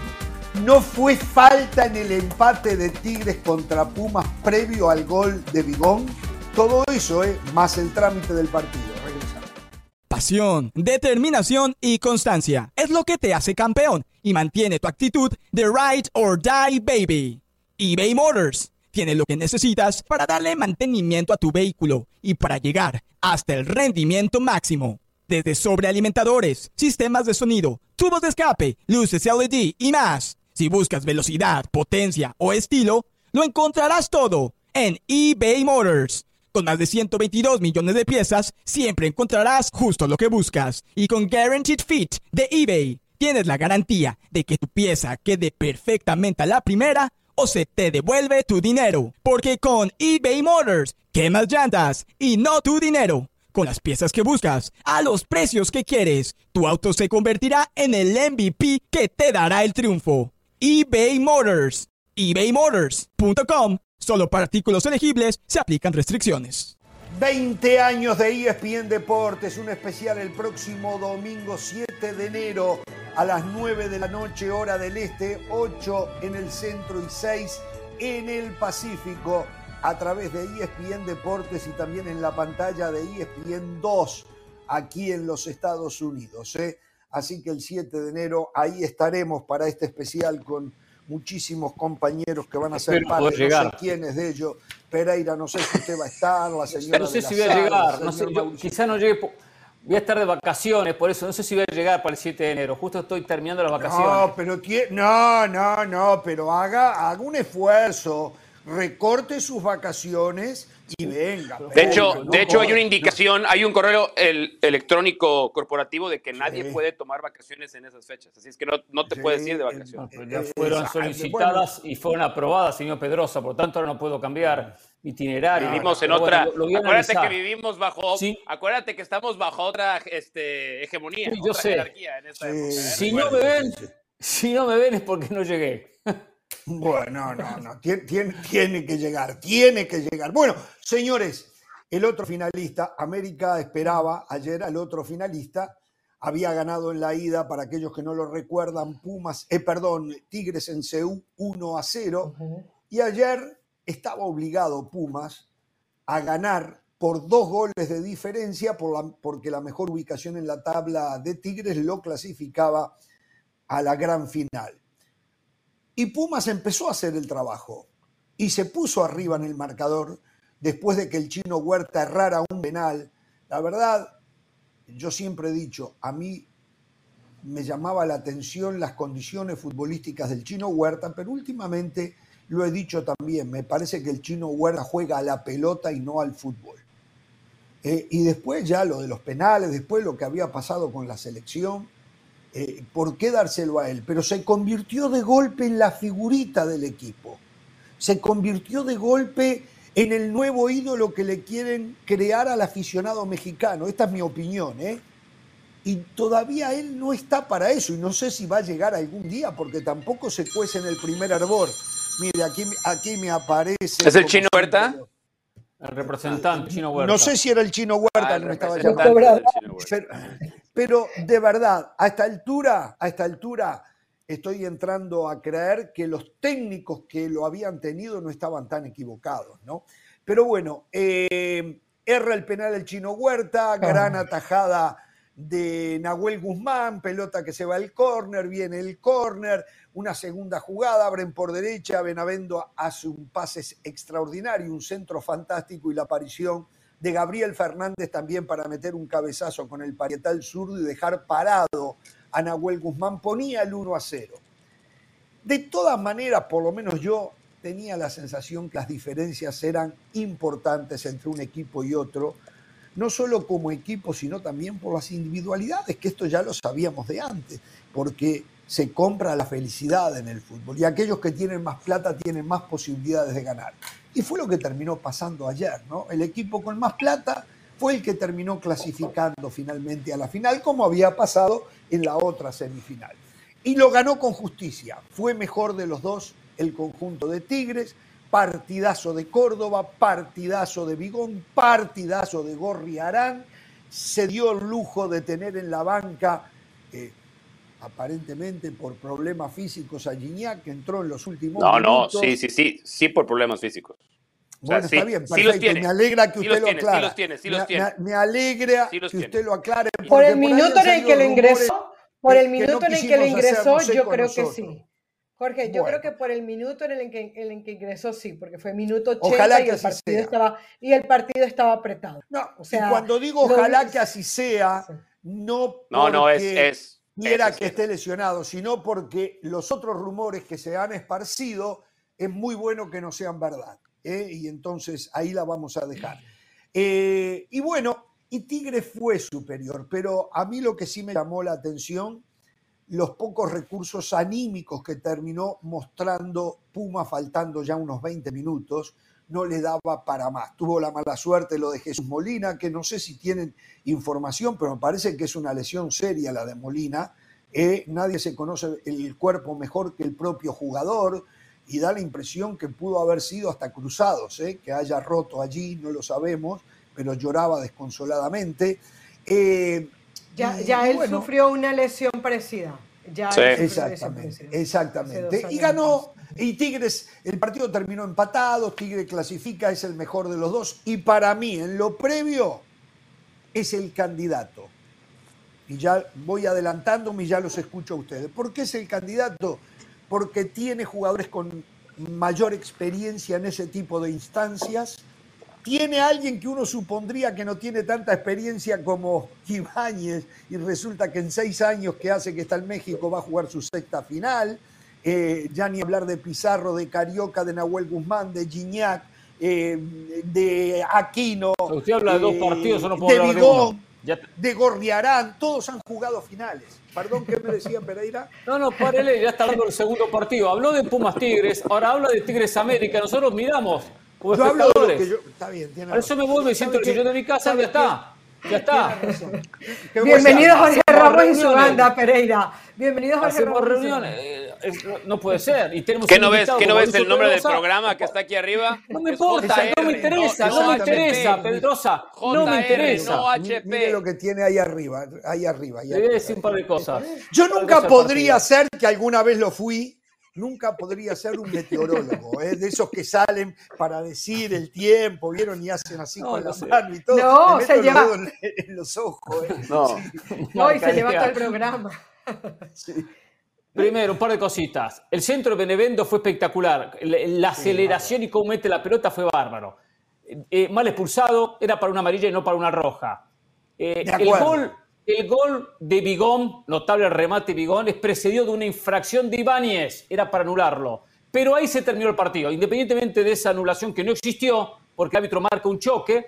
No fue falta en el empate de Tigres contra Pumas previo al gol de Bigón. Todo eso, eh, más el trámite del partido. Regresamos. Pasión, determinación y constancia es lo que te hace campeón y mantiene tu actitud de ride or die, baby. eBay Motors tiene lo que necesitas para darle mantenimiento a tu vehículo y para llegar hasta el rendimiento máximo. Desde sobrealimentadores, sistemas de sonido, tubos de escape, luces L E D y más. Si buscas velocidad, potencia o estilo, lo encontrarás todo en eBay Motors. Con más de ciento veintidós millones de piezas, siempre encontrarás justo lo que buscas. Y con Guaranteed Fit de eBay, tienes la garantía de que tu pieza quede perfectamente a la primera o se te devuelve tu dinero. Porque con eBay Motors, quemas llantas y no tu dinero. Con las piezas que buscas, a los precios que quieres, tu auto se convertirá en el M V P que te dará el triunfo. eBay Motors. ebay motors punto com. Solo para artículos elegibles se aplican restricciones. veinte años de E S P N Deportes, un especial el próximo domingo siete de enero a las nueve de la noche, hora del este, ocho en el centro y seis en el Pacífico, a través de E S P N Deportes y también en la pantalla de E S P N dos, aquí en los Estados Unidos. ¿eh? Así que el siete de enero ahí estaremos para este especial con muchísimos compañeros que van a ser Espero parte, poder no llegar. sé quiénes de ellos. Pereira, no sé si usted va a estar, la señora No sé de si la voy a sala, llegar, el no sé, señor yo Mauricio. quizá no llegue, po- voy a estar de vacaciones, por eso no sé si voy a llegar para el siete de enero, justo estoy terminando las vacaciones. No, pero tie- no, no, no, pero haga, haga un esfuerzo, recorte sus vacaciones y venga. De venga, hecho, no de hecho hay joda. una indicación, hay un correo el- electrónico corporativo de que nadie Sí. puede tomar vacaciones en esas fechas. Así es que no, no te Sí, puedes ir de el- No, vacaciones. pero ya Eh, fueron eh, solicitadas y fueron aprobadas, señor Pedrosa, por lo tanto ahora no puedo cambiar mi itinerario. Vivimos en Pero bueno, otra. lo- lo voy a acuérdate analizar. que vivimos bajo. Sí. Acuérdate que estamos bajo otra este, hegemonía, Sí, yo otra sé. jerarquía en esta Sí. época. ¿eh? Si no me Recuerda. ven, si no me ven es porque no llegué. Bueno, no, no, tiene, tiene, tiene que llegar, tiene que llegar. Bueno, señores, el otro finalista, América esperaba ayer al otro finalista, había ganado en la ida, para aquellos que no lo recuerdan, Pumas, eh, perdón, Tigres en Seúl uno a cero, Ujú. y ayer estaba obligado Pumas a ganar por dos goles de diferencia, por la, porque la mejor ubicación en la tabla de Tigres lo clasificaba a la gran final. Y Pumas empezó a hacer el trabajo y se puso arriba en el marcador después de que el Chino Huerta errara un penal. La verdad, yo siempre he dicho, a mí me llamaba la atención las condiciones futbolísticas del Chino Huerta, pero últimamente lo he dicho también, me parece que el Chino Huerta juega a la pelota y no al fútbol. Eh, y después ya lo de los penales, después lo que había pasado con la selección, eh, ¿por qué dárselo a él? Pero se convirtió de golpe en la figurita del equipo, se convirtió de golpe en el nuevo ídolo que le quieren crear al aficionado mexicano. Esta es mi opinión, ¿eh? Y todavía él no está para eso, y no sé si va a llegar algún día, porque tampoco se cuece en el primer hervor. Mire, aquí, aquí me aparece... ¿Es el como Chino Huerta? símbolo. El representante Chino Huerta. No sé si era el Chino Huerta Ah, que el me estaba representante llamando. del Chino Huerta. Pero, pero de verdad, a esta altura, a esta altura, estoy entrando a creer que los técnicos que lo habían tenido no estaban tan equivocados, ¿no? Pero bueno, eh, erra el penal el Chino Huerta, gran atajada de Nahuel Guzmán, pelota que se va al córner, viene el córner, una segunda jugada, abren por derecha, Benavendo hace un pase extraordinario, un centro fantástico y la aparición de Gabriel Fernández también para meter un cabezazo con el parietal zurdo y dejar parado a Nahuel Guzmán, ponía el uno a cero. De todas maneras, por lo menos yo tenía la sensación que las diferencias eran importantes entre un equipo y otro, no solo como equipo, sino también por las individualidades, que esto ya lo sabíamos de antes, porque se compra la felicidad en el fútbol y aquellos que tienen más plata tienen más posibilidades de ganar. Y fue lo que terminó pasando ayer, ¿no? El equipo con más plata fue el que terminó clasificando finalmente a la final, como había pasado en la otra semifinal. Y lo ganó con justicia. Fue mejor de los dos el conjunto de Tigres, partidazo de Córdoba, partidazo de Bigón, partidazo de Gorriarán. Se dio el lujo de tener en la banca, eh, aparentemente por problemas físicos, a Gignac, que entró en los últimos no, minutos. No, no, sí, sí, sí, sí por problemas físicos. Bueno, o sea, está sí, bien, perfecto. Sí los tiene. Me alegra que sí usted lo tiene, aclare. Sí los tiene, sí los me, tiene. Me, me alegra sí que tiene. usted lo aclare. Por el minuto en el que lo ingresó, por el minuto no en el que lo ingresó, yo creo nosotros. que sí. Jorge, yo bueno. creo que por el minuto en el que, en el que ingresó sí, porque fue minuto ochenta ojalá y, que el así partido sea. Estaba, y el partido estaba apretado. No, o sea, y cuando digo ojalá lo, que así sea, sí. no porque no, no, es, es, quiera es, que es, esté lesionado, sino porque los otros rumores que se han esparcido es muy bueno que no sean verdad. ¿eh? Y entonces ahí la vamos a dejar. Eh, y bueno, y Tigre fue superior, pero a mí lo que sí me llamó la atención, los pocos recursos anímicos que terminó mostrando Puma faltando ya unos veinte minutos, no le daba para más. Tuvo la mala suerte lo de Jesús Molina, que no sé si tienen información, pero me parece que es una lesión seria la de Molina. Eh, nadie se conoce el cuerpo mejor que el propio jugador y da la impresión que pudo haber sido hasta cruzados, eh, que haya roto allí, no lo sabemos, pero lloraba desconsoladamente. Eh, ya y, ya y él bueno, sufrió una lesión parecida. Ya sí. él exactamente, exactamente. Y ganó, y Tigres, el partido terminó empatado, Tigre clasifica, es el mejor de los dos, y para mí, en lo previo, es el candidato. Y ya voy adelantándome y ya los escucho a ustedes. ¿Por qué es el candidato? Porque tiene jugadores con mayor experiencia en ese tipo de instancias. Tiene a alguien que uno supondría que no tiene tanta experiencia como Ibáñez y resulta que en seis años que hace que está en México va a jugar su sexta final. Eh, ya ni hablar de Pizarro, de Carioca, de Nahuel Guzmán, de Gignac, eh, de Aquino. Usted habla de dos partidos, o no puedo de hablar Bigón, de uno. Ya... de Gorriarán, todos han jugado finales. Perdón, ¿qué me decía Pereira? No, no, párele, ya está hablando del segundo partido. Habló de Pumas Tigres, ahora habla de Tigres América. Nosotros miramos como yo hablo de lo que yo... Está bien, tiene razón. Por eso me vuelvo y siento el sillón de mi casa y ya está. Ya está. Bienvenido Jorge Ramos y su banda, Pereira. Bienvenido Jorge Hacemos Ramos. reuniones. Eh, es, no puede ser. Y tenemos ¿Qué no ves, ¿qué no ves el nombre del programa que está aquí arriba? No me importa, no me interesa, no, no me interesa, Pedrosa. No me interesa. No H P. Mire lo que tiene ahí arriba, ahí arriba. Ahí Le voy a decir un par de cosas. Yo nunca podría ser, que alguna vez lo fui, nunca podría ser un meteorólogo, ¿eh? De esos que salen para decir el tiempo, ¿vieron? Y hacen así no, con no la sé. mano y todo. No, se lleva... los dedos en, en los ojos. ¿eh? No. Sí. No, y se lleva todo el programa. Sí. Primero, un par de cositas. El centro de Benevento fue espectacular. La, la aceleración sí, y cómo mete la pelota fue bárbaro. Eh, mal expulsado, era para una amarilla y no para una roja. Eh, el gol... El gol de Bigón, notable el remate Bigón, es precedido de una infracción de Ibáñez. Era para anularlo. Pero ahí se terminó el partido. Independientemente de esa anulación que no existió, porque el árbitro marca un choque,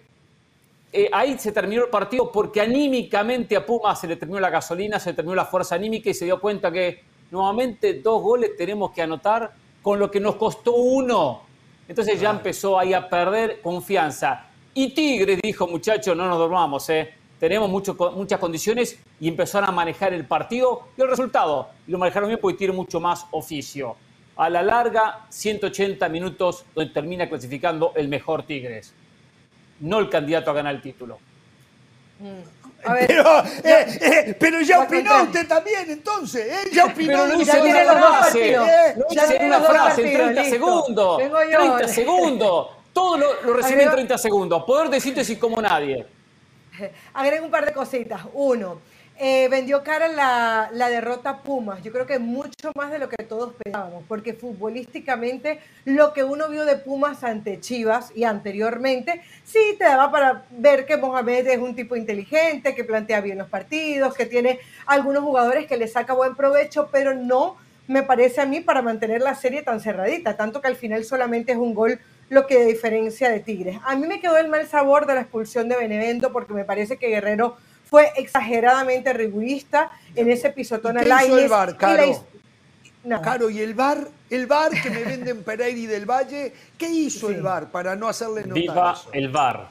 eh, ahí se terminó el partido porque anímicamente a Puma se le terminó la gasolina, se le terminó la fuerza anímica y se dio cuenta que nuevamente dos goles tenemos que anotar con lo que nos costó uno. Entonces ya empezó ahí a perder confianza. Y Tigres dijo, muchachos, no nos dormamos, ¿eh? Tenemos mucho, muchas condiciones y empezaron a manejar el partido y el resultado. Y lo manejaron bien porque tiene mucho más oficio. A la larga, ciento ochenta minutos donde termina clasificando el mejor Tigres. No el candidato a ganar el título. A ver, pero, ya, eh, eh, pero ya va opinó contra- usted también, entonces. ¿eh? Ya opinó. Pero lo de hice lo en que una los dos hablaba. frase. partidos. Eh, Lo Ya hice en tiene una los dos frase en partidos, treinta listo. segundos. Vengo yo. treinta segundos. Todo lo, lo resumí en Agrego- treinta segundos. Poder de síntesis como nadie. Agrego un par de cositas. Uno, eh, vendió cara la, la derrota a Pumas. Yo creo que mucho más de lo que todos pensábamos, porque futbolísticamente lo que uno vio de Pumas ante Chivas y anteriormente, sí te daba para ver que Mohamed es un tipo inteligente, que plantea bien los partidos, que tiene algunos jugadores que le saca buen provecho, pero no me parece a mí para mantener la serie tan cerradita, tanto que al final solamente es un gol lo que diferencia de Tigres. A mí me quedó el mal sabor de la expulsión de Benevento porque me parece que Guerrero fue exageradamente rigurista en ese pisotón ¿Y al qué hizo aire. el V A R, y la Caro? his- Nada. Caro, ¿y el V A R? El V A R que me venden Pereira y del Valle, ¿qué hizo Sí. el V A R para no hacerle notar Viva eso? el V A R.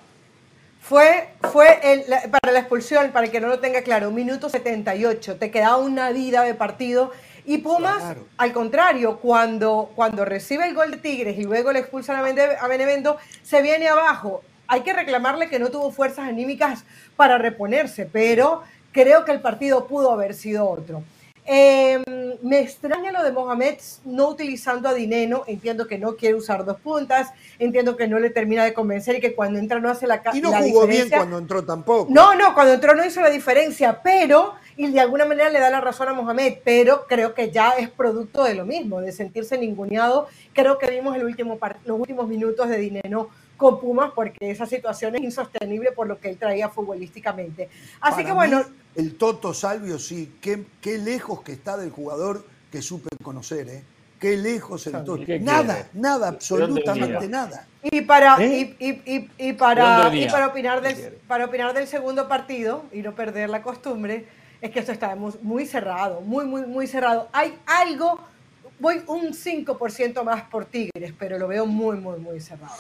Fue, fue el- la- para la expulsión, para el que no lo tenga claro, minuto setenta y ocho, te quedaba una vida de partido. Y Pumas, Claro. al contrario, cuando, cuando recibe el gol de Tigres y luego le expulsan a Bene- a Benevento, se viene abajo. Hay que reclamarle que no tuvo fuerzas anímicas para reponerse, pero creo que el partido pudo haber sido otro. Eh, me extraña lo de Mohamed no utilizando a Dineno. Entiendo que no quiere usar dos puntas, entiendo que no le termina de convencer y que cuando entra no hace la, ca- Y no la jugó bien diferencia. cuando entró tampoco. No, no, cuando entró no hizo la diferencia, pero, y de alguna manera le da la razón a Mohamed, pero creo que ya es producto de lo mismo, de sentirse ninguneado. Creo que vimos el último par- los últimos minutos de Dineno con Pumas porque esa situación es insostenible por lo que él traía futbolísticamente. Así Para que bueno, mí, el Toto Salvio, sí, qué, qué lejos que está del jugador que supe conocer, ¿eh? Qué lejos el Salvio. Toto. ¿Qué Nada, quiere? nada, ¿De dónde absolutamente venía? nada. y para, ¿Eh? y, y, y, y ¿De para, dónde y venía? para, opinar ¿Qué del, quiere? para opinar del segundo partido y no perder la costumbre, es que esto está muy, muy cerrado, muy, muy, muy cerrado. Hay algo, voy un cinco por ciento más por Tigres, pero lo veo muy, muy, muy cerrado.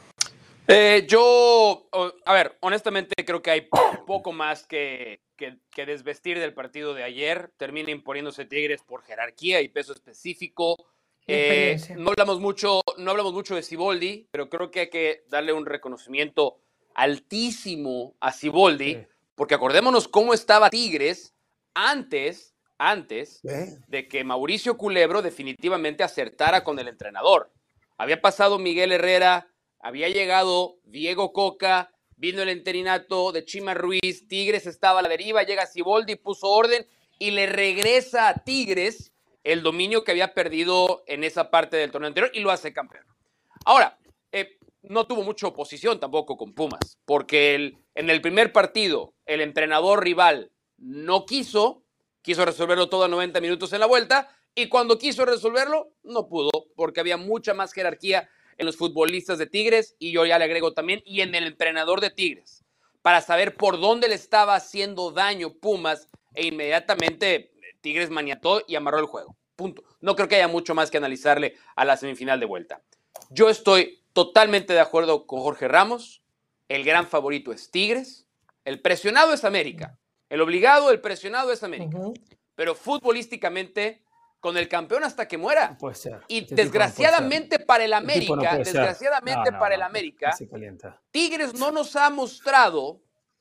Eh, yo, o- a ver, honestamente creo que hay poco más que, que, que desvestir del partido de ayer. Termina imponiéndose Tigres por jerarquía y peso específico. Y Eh, experiencia. no hablamos mucho, no hablamos mucho de Siboldi, pero creo que hay que darle un reconocimiento altísimo a Siboldi, Sí. porque acordémonos cómo estaba Tigres antes, antes ¿Eh? de que Mauricio Culebro definitivamente acertara con el entrenador. Había pasado Miguel Herrera, había llegado Diego Coca, vino el interinato de Chima Ruiz, Tigres estaba a la deriva, llega Siboldi, puso orden y le regresa a Tigres el dominio que había perdido en esa parte del torneo anterior y lo hace campeón. Ahora, eh, no tuvo mucha oposición tampoco con Pumas, porque el, en el primer partido el entrenador rival no quiso, quiso resolverlo todo a noventa minutos en la vuelta, y cuando quiso resolverlo, no pudo, porque había mucha más jerarquía en los futbolistas de Tigres, y yo ya le agrego también, y en el entrenador de Tigres, para saber por dónde le estaba haciendo daño Pumas, e inmediatamente Tigres maniató y amarró el juego. Punto. No creo que haya mucho más que analizarle a la semifinal de vuelta. Yo estoy totalmente de acuerdo con Jorge Ramos. El gran favorito es Tigres. El presionado es América. El obligado, el presionado es América. Uh-huh. Pero futbolísticamente, con el campeón hasta que muera. No puede ser. Y Este tipo no puede desgraciadamente ser. para el Este tipo América, no puede ser. desgraciadamente No, no, para el no. América, Se calienta. Tigres no nos ha mostrado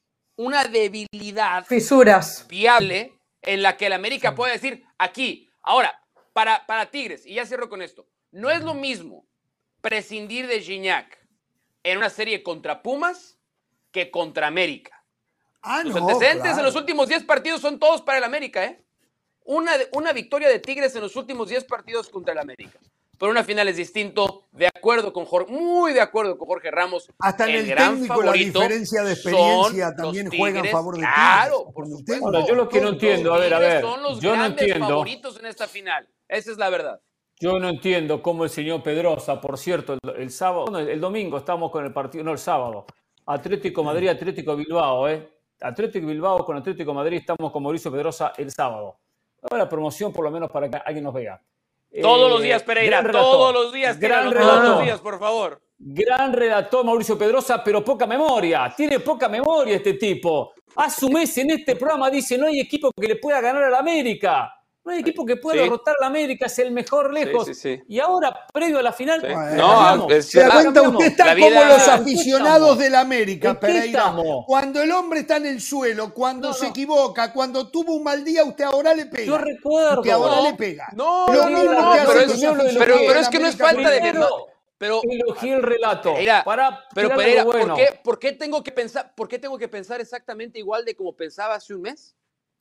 una debilidad Fisuras. viable en la que el América puede decir aquí. Ahora, para, para Tigres, y ya cierro con esto, no es lo mismo prescindir de Gignac en una serie contra Pumas que contra América. Ah, Los no, antecedentes claro. en los últimos diez partidos son todos para el América, ¿eh? Una, una victoria de Tigres en los últimos diez partidos contra el América. Pero una final es distinto, de acuerdo con Jorge, muy de acuerdo con Jorge Ramos. Hasta en el gran técnico la favorito diferencia de experiencia son también los juega en Tigres. favor de Tigres. Claro, por Como el supuesto. Ahora, yo lo que no Todo, entiendo, todo. a ver, a Tigres ver, son los yo no grandes entiendo. favoritos en esta final. Esa es la verdad. Yo no entiendo cómo el señor Pedrosa, por cierto, el, el sábado, no, el domingo estamos con el partido, no el sábado, Atlético Madrid, Atlético Bilbao, ¿eh? Atlético Bilbao con Atlético Madrid, estamos con Mauricio Pedrosa el sábado. Ahora la promoción por lo menos para que alguien nos vea. Todos Eh, los días, Pereira, gran relator, todos los días, gran tíralo, todos relator. los días, por favor. Gran relator Mauricio Pedrosa, pero poca memoria. Tiene poca memoria este tipo. Hace un mes en este programa dice no hay equipo que le pueda ganar a la América. No hay equipo que pueda Sí. derrotar a la América, es el mejor lejos. Sí, sí, sí. Y ahora, previo a la final, Sí. Bueno, No, cambiamos. es- ¿Se da cuenta? Cambiamos. Usted está La como vida- los ¿En qué aficionados estamos? del América, ¿En qué Pereira. estamos? Cuando el hombre está en el suelo, cuando No, se no. equivoca, cuando tuvo un mal día, usted ahora le pega. Yo recuerdo. Usted ahora No, le pega. no, Lo no, mismo no, que pero hacen es- los pero- aficionados pero del es que no es América falta de Mineiro. verdad. Pero, Elogié el relato. Pereira, para pero tirar Pereira, algo bueno. ¿por qué, por qué tengo que pensar, por qué tengo que pensar exactamente igual de como pensaba hace un mes?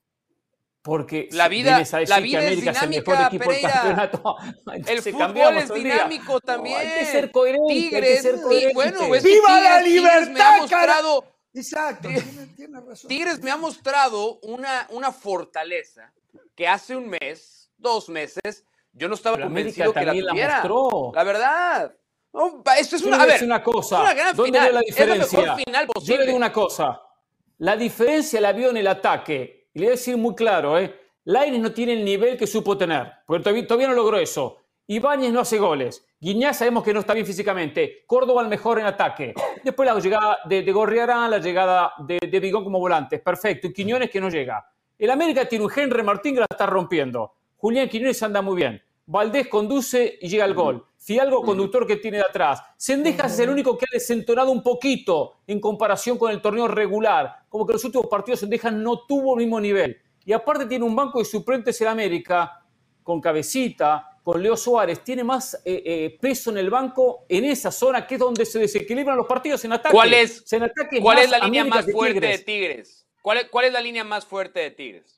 Porque La si vida- vienes a decir la que vida es América es el mejor dinámica, equipo Pereira. del campeonato. El entonces fútbol cambiamos es todo el día. dinámico No, también. hay que ser coherente, hay que Tigres, ser y coherente. bueno, es que ¡Viva la Tigres- Tigres me ha libertad, mostrado, Exacto, Tigres- tiene, tiene razón. Tigres me ha mostrado una, una fortaleza que hace un mes, dos meses, yo no estaba Pero América convencido que la también la tuviera. mostró. La verdad. No, va, esto es Yo una, le a voy a ver, decir una cosa. es una gran ¿Dónde final. veo la Es la diferencia? mejor final Yo posible. le digo una cosa. La diferencia la vio en el ataque. Y le voy a decir muy claro, ¿eh? Lainez no tiene el nivel que supo tener, porque todavía, todavía no logró eso. Ibáñez no hace goles. Guiñá sabemos que no está bien físicamente. Córdoba el mejor en ataque. Después la llegada de, de Gorriarán, la llegada de, de Bigón como volantes. Perfecto. Y Quiñones que no llega. El América tiene un Henry Martín que la está rompiendo. Julián Quiñones anda muy bien. Valdés conduce y llega al gol. Fialgo, conductor que tiene de atrás. Cendejas es el único que ha desentonado un poquito en comparación con el torneo regular. Como que los últimos partidos Cendejas no tuvo el mismo nivel. Y aparte tiene un banco de suplentes en América, con Cabecita, con Leo Suárez. Tiene más eh, eh, peso en el banco en esa zona, que es donde se desequilibran los partidos en ataque. ¿Cuál es, O sea, en ataque ¿cuál más es la línea América más que fuerte Tigres. de Tigres? ¿Cuál es, ¿Cuál es la línea más fuerte de Tigres?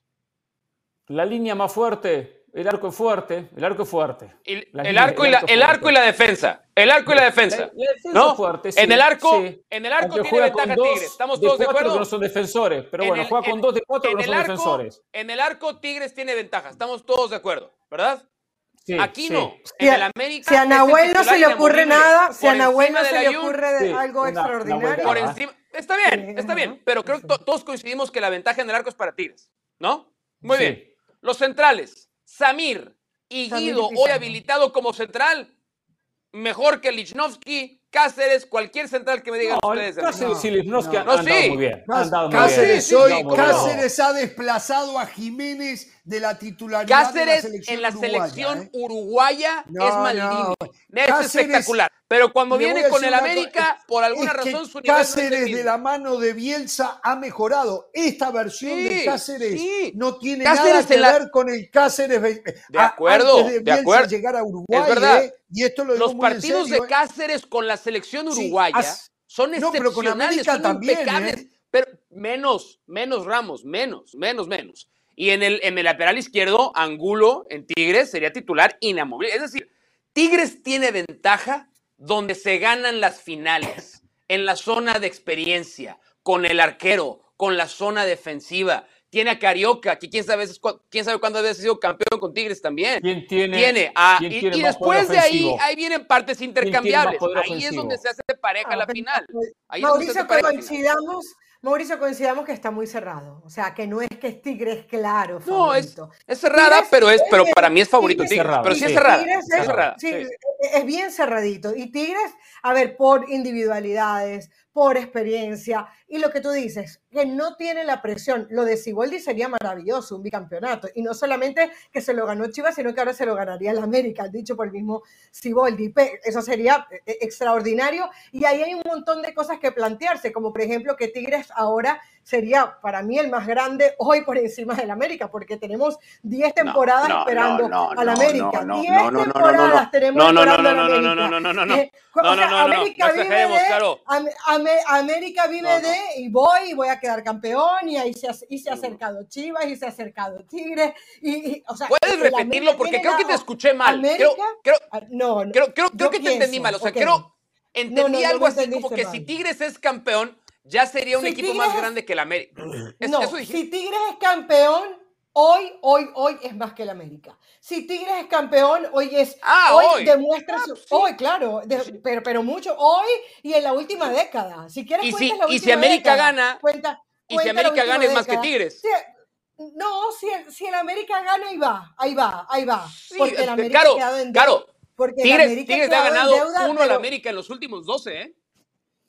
La línea más fuerte, el arco es fuerte, el arco es fuerte. El, La el línea- arco y la, es el arco y la defensa. El arco y la defensa. La- la defensa ¿No? es fuerte, sí, en el arco, sí. en el arco Aunque tiene juega ventaja con dos Tigres. ¿Estamos de todos de cuatro acuerdo? que no son defensores, pero En bueno, el- juega con en- dos de cuatro que en no el son arco- defensores. En el arco Tigres tiene ventaja. Estamos todos de acuerdo, ¿verdad? Sí, Aquí sí. no. Si En a- el América Si a es el Nahuel no se le titular ocurre inamovible. nada, si a Por Nahuel encima no de se la le Jun, ocurre de Sí, algo una- extraordinario. Por Ajá. encima. Está bien, Sí, está ajá. bien. Pero creo que to- todos coincidimos que la ventaja en el arco es para Tigres. ¿No? Muy Sí. bien. Los centrales. Samir y Samir y Guido, hoy Pizarro. habilitado como central. Mejor que Lichnowsky, Cáceres, cualquier central que me digan No, ustedes. Cáceres No, y Lichnowsky no. han No, andado sí. muy bien. Cá- han andado muy Cáceres bien. hoy, Han andado muy bien. Cáceres ha desplazado a Jiménez de la titularidad Cáceres de la selección en la uruguaya, selección ¿eh? uruguaya No, es no. maldini. Es Cáceres- espectacular. Pero cuando Le voy viene a con decir el una América, cosa, por alguna es que razón su nivel no es el Cáceres mismo. de la mano de Bielsa ha mejorado. Esta versión Sí, de Cáceres sí. no tiene Cáceres nada que en la- ver con el Cáceres ve- De a- acuerdo, antes de de Bielsa acuerdo. llegar a Uruguay. Es verdad. ¿eh? Y esto lo digo Los muy en partidos serio, de ¿eh? Cáceres con la selección Sí, uruguaya as- son No, pero con excepcionales, América son también, impecables. ¿eh? Pero menos, menos Ramos, menos, menos, menos. Y en el, en el lateral izquierdo, Angulo en Tigres sería titular inamovible. Es decir, Tigres tiene ventaja donde se ganan las finales, en la zona de experiencia, con el arquero, con la zona defensiva. Tiene a Carioca, que quién sabe, quién sabe cuándo había sido campeón con Tigres también. ¿Quién tiene, Tiene a, quién y, tiene y más poder después de ahí, ofensivo? ahí vienen partes tiene más intercambiables. poder Ahí es ofensivo? donde se hace pareja Ah, la pero, final. pues, Ahí es donde se Mauricio, hace pareja la final. coincidamos, Mauricio, coincidamos que está muy cerrado. O sea, que no es que es Tigres claro. No, es, favorito. es cerrada, Tigres pero, es, es pero bien- para mí es favorito Tigres- Tigres. cerrada, Pero sí es sí. cerrada. Tigres sí es es, cerrada, sí, sí. es bien cerradito. Y Tigres, a ver, por individualidades, por experiencia, y lo que tú dices, que no tiene la presión. Lo de Siboldi sería maravilloso, un bicampeonato. Y no solamente que se lo ganó Chivas, sino que ahora se lo ganaría el América, dicho por el mismo Siboldi. Pe- Eso sería eh, extraordinario. Y ahí hay un montón de cosas que plantearse, como por ejemplo que Tigres ahora sería para mí el más grande hoy por encima del América, porque tenemos diez temporadas no, esperando no, al no, América. no, no, diez no, no, no, temporadas no. tenemos No, no, no, esperando no, al no, América. no, no, no, no, no. Eh, No, o no, sea, no, no, no América vive exageremos, de- Caro. Am- Am- América vive No, no. de y voy y voy a quedar campeón y ahí se ha, y se ha acercado Chivas y se ha acercado Tigres y, y, o sea, Puedes el repetirlo América porque tiene creo que la- te escuché mal. América, Creo, creo, ah, no, no, creo, creo, creo yo que te pienso, entendí mal. O sea, ok. creo, entendí No, no, no algo me así como entendiste que mal. si Tigres es campeón, ya sería un Si equipo Tigres más es- grande que el América. Es- No, eso dijiste. si Tigres es campeón, hoy, hoy, hoy es más que el América. Si Tigres es campeón, hoy es, Ah, hoy, hoy. demuestra Ah, su, sí. hoy, claro, de- pero, pero mucho, hoy y en la última década. Si quieres Y si- cuenta la y si última América década, gana, cuenta, y si cuenta la América última gana es más que década. Tigres. Sí, no, si el, si el América gana, ahí va, ahí va, ahí va. Sí, porque el este, América claro, ha quedado en claro. deuda. Porque el Tigres, América ha Tigres le ha quedado en ganado deuda, uno al pero- América en los últimos doce, ¿eh?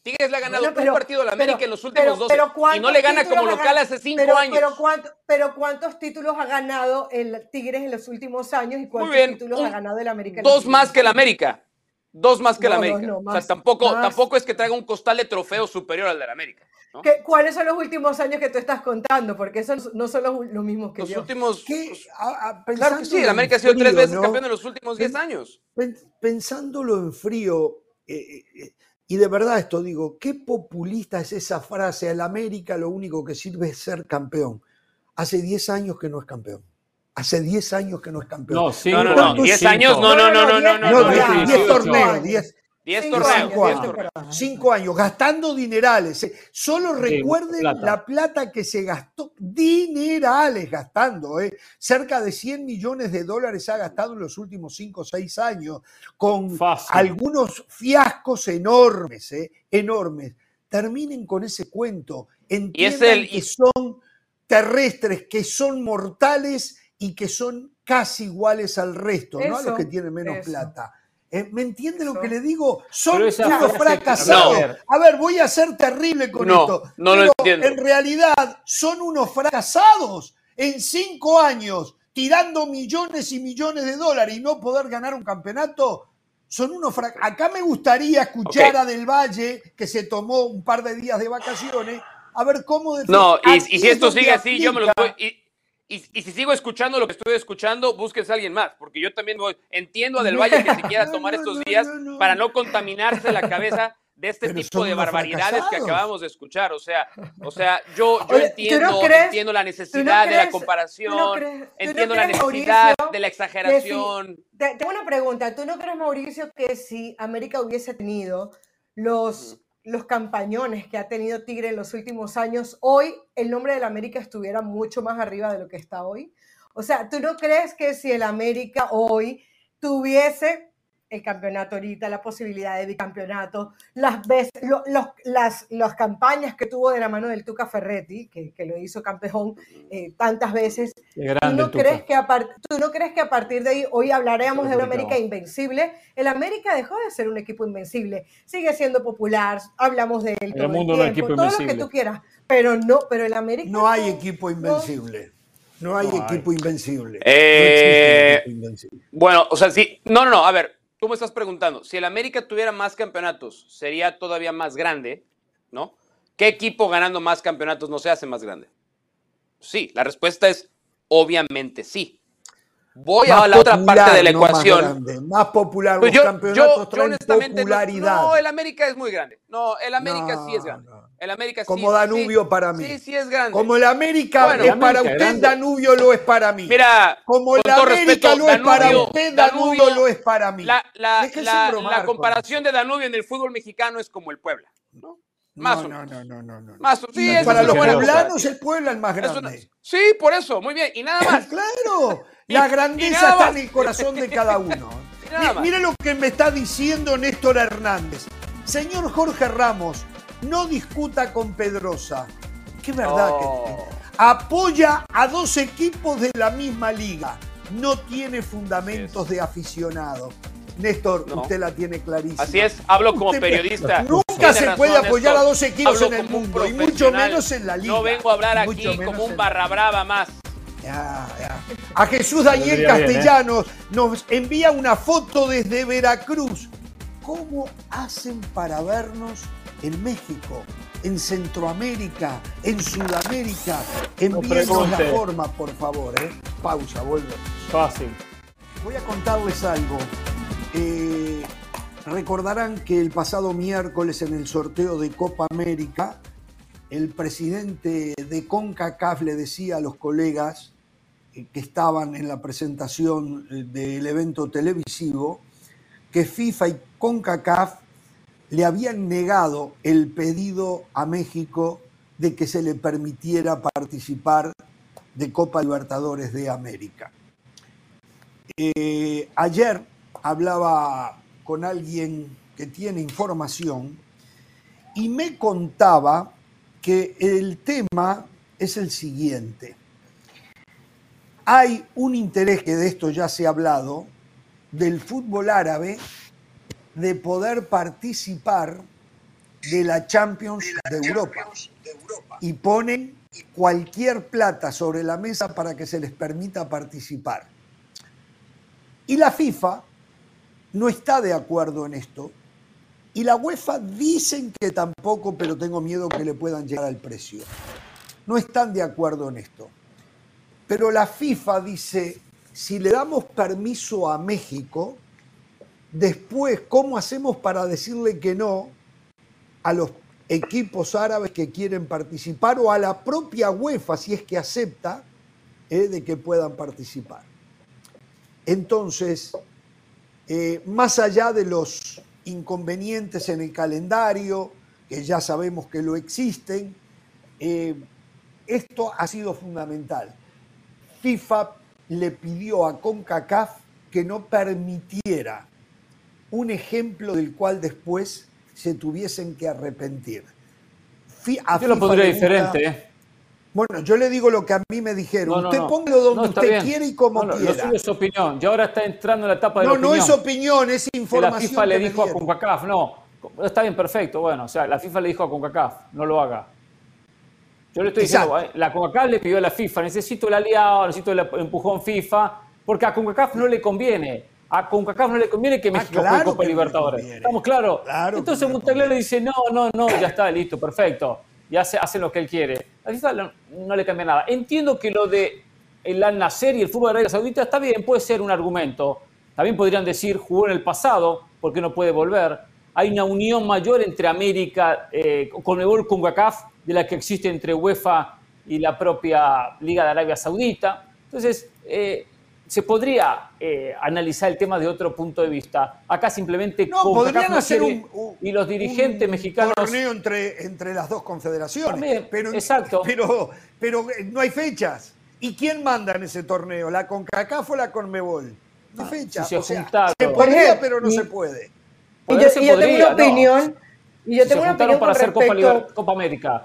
Tigres le ha ganado bueno, pero, un partido a la América pero, en los últimos pero, doce pero y no le gana como local ganado, hace cinco pero, años. Pero, ¿cuánto, pero ¿cuántos títulos ha ganado el Tigres en los últimos años y cuántos Muy bien, títulos un, ha ganado el América? En dos los más que el años? América. Dos más que no, el América. No, no, más, o sea, tampoco, más. tampoco es que traiga un costal de trofeos superior al del América. ¿No? ¿Qué, ¿Cuáles son los últimos años que tú estás contando? Porque esos no son los, los mismos que los yo. últimos. Pues, a, a, claro que sí, el América ha sido frío, tres veces ¿no? campeón en los últimos diez años. Pensándolo en frío, eh, eh, y de verdad esto digo, qué populista es esa frase, el América lo único que sirve es ser campeón. Hace diez años que no es campeón. Hace diez años que no es campeón. No, sí, no, no, no, diez años, no, no, no, no, no, no, no, diez torneos, diez. diez torneos, cinco años, cinco años, gastando dinerales. Solo recuerden plata. la plata que se gastó, dinerales gastando, ¿eh? Cerca de cien millones de dólares ha gastado en los últimos cinco o seis años, con Fácil. algunos fiascos enormes, ¿eh? enormes. Terminen con ese cuento, entiendan el... que son terrestres, que son mortales y que son casi iguales al resto, eso, no a los que tienen menos eso. plata. ¿Eh? ¿Me entiende lo que le digo? Son unos fracasados. No. A ver, voy a ser terrible con no, esto. No pero lo entiendo. En realidad son unos fracasados. En cinco años, tirando millones y millones de dólares y no poder ganar un campeonato, son unos fracasados. Acá me gustaría escuchar okay. a Del Valle, que se tomó un par de días de vacaciones, a ver cómo... No, y, y si esto sigue así, yo me lo voy... Y... Y, y si sigo escuchando lo que estoy escuchando, búsquense a alguien más, porque yo también voy, entiendo a Del Valle que se quiera no, tomar no, estos no, días no, no, no. para no contaminarse la cabeza de este Pero tipo de barbaridades fracasados. que acabamos de escuchar. O sea, o sea yo, yo Oye, entiendo, crees, entiendo la necesidad crees, de la comparación, crees, entiendo la necesidad Mauricio, de la exageración. Si, te, tengo una pregunta. ¿Tú no crees, Mauricio, que si América hubiese tenido los... Mm. los campañones que ha tenido Tigre en los últimos años, hoy el nombre del América estuviera mucho más arriba de lo que está hoy? O sea, ¿tú no crees que si el América hoy tuviese el campeonato ahorita, la posibilidad de bicampeonato, las, veces, lo, los, las, las campañas que tuvo de la mano del Tuca Ferretti, que, que lo hizo campeón eh, tantas veces, ¿tú no, crees que a part, ¿tú no crees que a partir de ahí hoy hablaremos de una América invencible? El América dejó de ser un equipo invencible, sigue siendo popular, hablamos de él todo el, mundo el tiempo, todo invencible. Lo que tú quieras, pero no, pero el América... No hay equipo invencible. No, no hay no equipo hay. invencible. Eh, no equipo invencible. Bueno, o sea, sí, no, no, no, a ver, tú me estás preguntando, si el América tuviera más campeonatos, sería todavía más grande, ¿no? ¿Qué equipo ganando más campeonatos no se hace más grande? Sí, la respuesta es obviamente sí. Voy más a la popular, otra parte de la no ecuación. Más, grande, más popular, pues los yo, campeonatos yo, traen yo honestamente popularidad. No, no, el América es muy grande. No, el América no, sí es grande. No. El América Como sí, Danubio sí, para mí. Sí, sí es grande. Como el América bueno, es para América, usted, grande. Danubio lo es para mí. Mira, como el América lo es para usted, Danubio, Danubio lo es para mí. La, la, la, la comparación de Danubio en el fútbol mexicano es como el Puebla, ¿no? Más no, no, no, no, no, no. Más, sí, no, para los poblanos el Puebla es el más grande. Una, sí, por eso, muy bien. Y nada más. Claro, la grandeza está en el corazón de cada uno. Mire lo que me está diciendo Néstor Hernández. Señor Jorge Ramos, no discuta con Pedrosa. Qué verdad oh. que apoya a dos equipos de la misma liga. No tiene fundamentos es. de aficionado. Néstor, no. usted la tiene clarísima. Así es, hablo como usted, periodista. Nunca se razón, puede apoyar Néstor. a dos equipos hablo en el mundo, y mucho menos en la liga. No vengo a hablar aquí como un barra brava más. Ya, ya. A Jesús Daniel Castellanos bien, ¿eh? nos envía una foto desde Veracruz. ¿Cómo hacen para vernos en México, en Centroamérica, en Sudamérica? Envíenos no la forma, por favor. ¿eh? Pausa, volvemos. Fácil. Voy a contarles algo. Eh, recordarán que el pasado miércoles en el sorteo de Copa América, el presidente de CONCACAF le decía a los colegas que estaban en la presentación del evento televisivo que FIFA y CONCACAF le habían negado el pedido a México de que se le permitiera participar de Copa Libertadores de América. Eh, ayer hablaba con alguien que tiene información y me contaba que el tema es el siguiente. Hay un interés, que de esto ya se ha hablado, del fútbol árabe de poder participar de la Champions de Europa y ponen cualquier plata sobre la mesa para que se les permita participar. Y la FIFA no está de acuerdo en esto. Y la UEFA dicen que tampoco, pero tengo miedo que le puedan llegar al precio. No están de acuerdo en esto. Pero la FIFA dice, si le damos permiso a México, después, ¿cómo hacemos para decirle que no a los equipos árabes que quieren participar o a la propia UEFA, si es que acepta, eh, de que puedan participar? Entonces, eh, más allá de los inconvenientes en el calendario, que ya sabemos que lo existen, eh, esto ha sido fundamental. FIFA le pidió a CONCACAF que no permitiera un ejemplo del cual después se tuviesen que arrepentir. A yo lo pondría diferente. ¿eh? Bueno, yo le digo lo que a mí me dijeron. No, no, usted no. póngalo donde no, usted bien. quiere y como no, no, quiera. Lo suyo es opinión. Ya ahora está entrando en la etapa de no, la opinión. No, no es opinión, es información. Que la FIFA le que dijo a CONCACAF, no, está bien, perfecto. Bueno, o sea, la FIFA le dijo a CONCACAF, no lo haga. Yo le estoy Exacto. diciendo, la CONCACAF le pidió a la FIFA, necesito el aliado, necesito el empujón FIFA, porque a CONCACAF no le conviene. A CONCACAF no le conviene que México ah, claro juegue Copa Libertadores. ¿Estamos claros? Claro Entonces Montagliani le dice, no, no, no, ya está, listo, perfecto. Y hace, hace lo que él quiere. A la FIFA no, no le cambia nada. Entiendo que lo de el Al-Nassr y el fútbol de Arabia Saudita está bien, puede ser un argumento. También podrían decir, jugó en el pasado, ¿por qué no puede volver? Hay una unión mayor entre América, eh, Conmebol, CONCACAF, de la que existe entre UEFA y la propia Liga de Arabia Saudita. Entonces, eh, se podría eh, analizar el tema de otro punto de vista. Acá simplemente no, podrían hacer un, un, y los dirigentes un mexicanos torneo entre, entre las dos confederaciones. También, pero, exacto. Pero, pero no hay fechas. ¿Y quién manda en ese torneo? ¿La CONCACAF o la CONMEBOL? No hay fechas. Si se, o sea, juntaron. se podría, pero no y, se puede. Y yo, y yo podría, tengo una opinión. No. Y yo si tengo se una opinión para con hacer respecto, Copa, Liber, Copa América.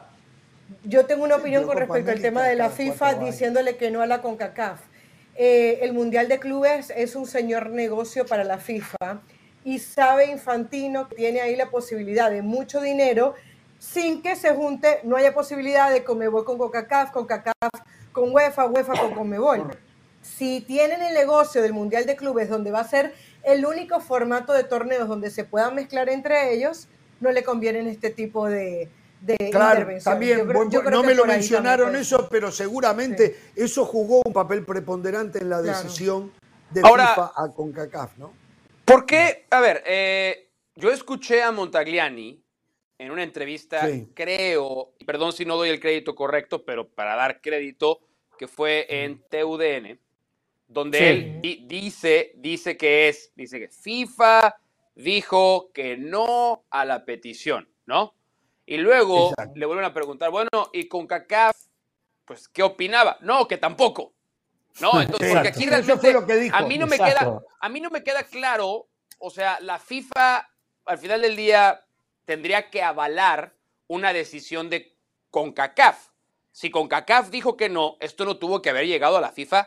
Yo tengo una opinión sí, con respecto América, al tema de la FIFA diciéndole que no a la CONCACAF. Eh, el Mundial de Clubes es un señor negocio para la FIFA y sabe Infantino que tiene ahí la posibilidad de mucho dinero sin que se junte, no haya posibilidad de Conmebol con CONCACAF, CONCACAF con UEFA, UEFA con Conmebol. Si tienen el negocio del Mundial de Clubes donde va a ser el único formato de torneos donde se puedan mezclar entre ellos, no le convienen este tipo de de claro, intervención. También, yo creo, yo creo no que me lo mencionaron eso, pero seguramente sí. eso jugó un papel preponderante en la decisión claro. de Ahora, FIFA a CONCACAF, ¿no? ¿Por qué? A ver, eh, yo escuché a Montagliani en una entrevista, sí. creo, y perdón si no doy el crédito correcto, pero para dar crédito, que fue en T U D N, donde sí. él di dice, dice que es, dice que FIFA dijo que no a la petición, ¿no? Y luego Exacto. le vuelven a preguntar, bueno, ¿y CONCACAF, pues, qué opinaba? No, que tampoco. No, entonces, porque aquí realmente lo que dijo. a mí no me queda, a mí no me queda claro, o sea, la FIFA al final del día tendría que avalar una decisión de CONCACAF. Si CONCACAF dijo que no, esto no tuvo que haber llegado a la FIFA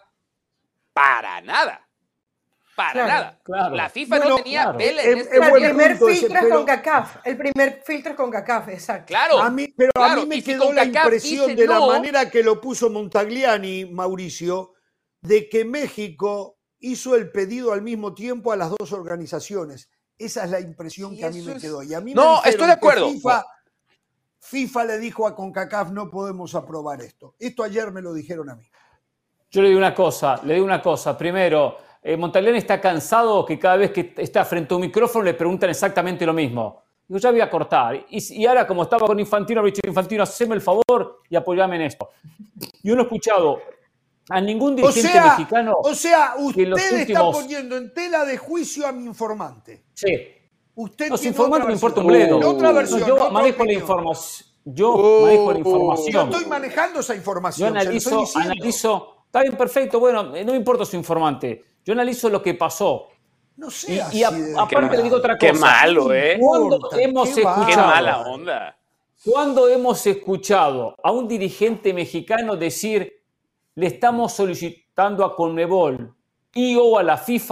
para nada. Para claro, nada. Claro. La FIFA bueno, no tenía claro. vela en el, este el, el primer punto filtro ese, es pero... CONCACAF. El primer filtro es CONCACAF, exacto. Claro. A mí, pero claro. a mí me y quedó si la impresión de no, la manera que lo puso Montagliani, Mauricio, de que México hizo el pedido al mismo tiempo a las dos organizaciones. Esa es la impresión sí, que a mí me es... quedó. Y a mí no, me estoy de acuerdo. FIFA, FIFA le dijo a CONCACAF, no podemos aprobar esto. Esto ayer me lo dijeron a mí. Yo le digo una cosa, le digo una cosa. Primero, eh, Montagliani está cansado que cada vez que está frente a un micrófono le preguntan exactamente lo mismo. Digo, ya voy a cortar. Y, y ahora, como estaba con Infantino, Richard Infantino, haceme el favor y apoyame en esto. Yo no he escuchado a ningún dirigente o sea, mexicano. O sea, usted últimos... está poniendo en tela de juicio a mi informante. Sí. Usted no, su informante me importa un bledo. Uh, otra versión, no, yo otra manejo opinión. la información. Yo uh, manejo la información. Yo estoy manejando esa información. Yo analizo, analizo. Está bien, perfecto. Bueno, no me importa su informante. Yo analizo lo que pasó. No sé. Y, y a, aparte le digo otra cosa. Qué malo, ¿eh? ¿Cuándo hemos qué escuchado? Qué mala onda. ¿Cuándo hemos escuchado a un dirigente mexicano decir le estamos solicitando a Conmebol y o a la FIFA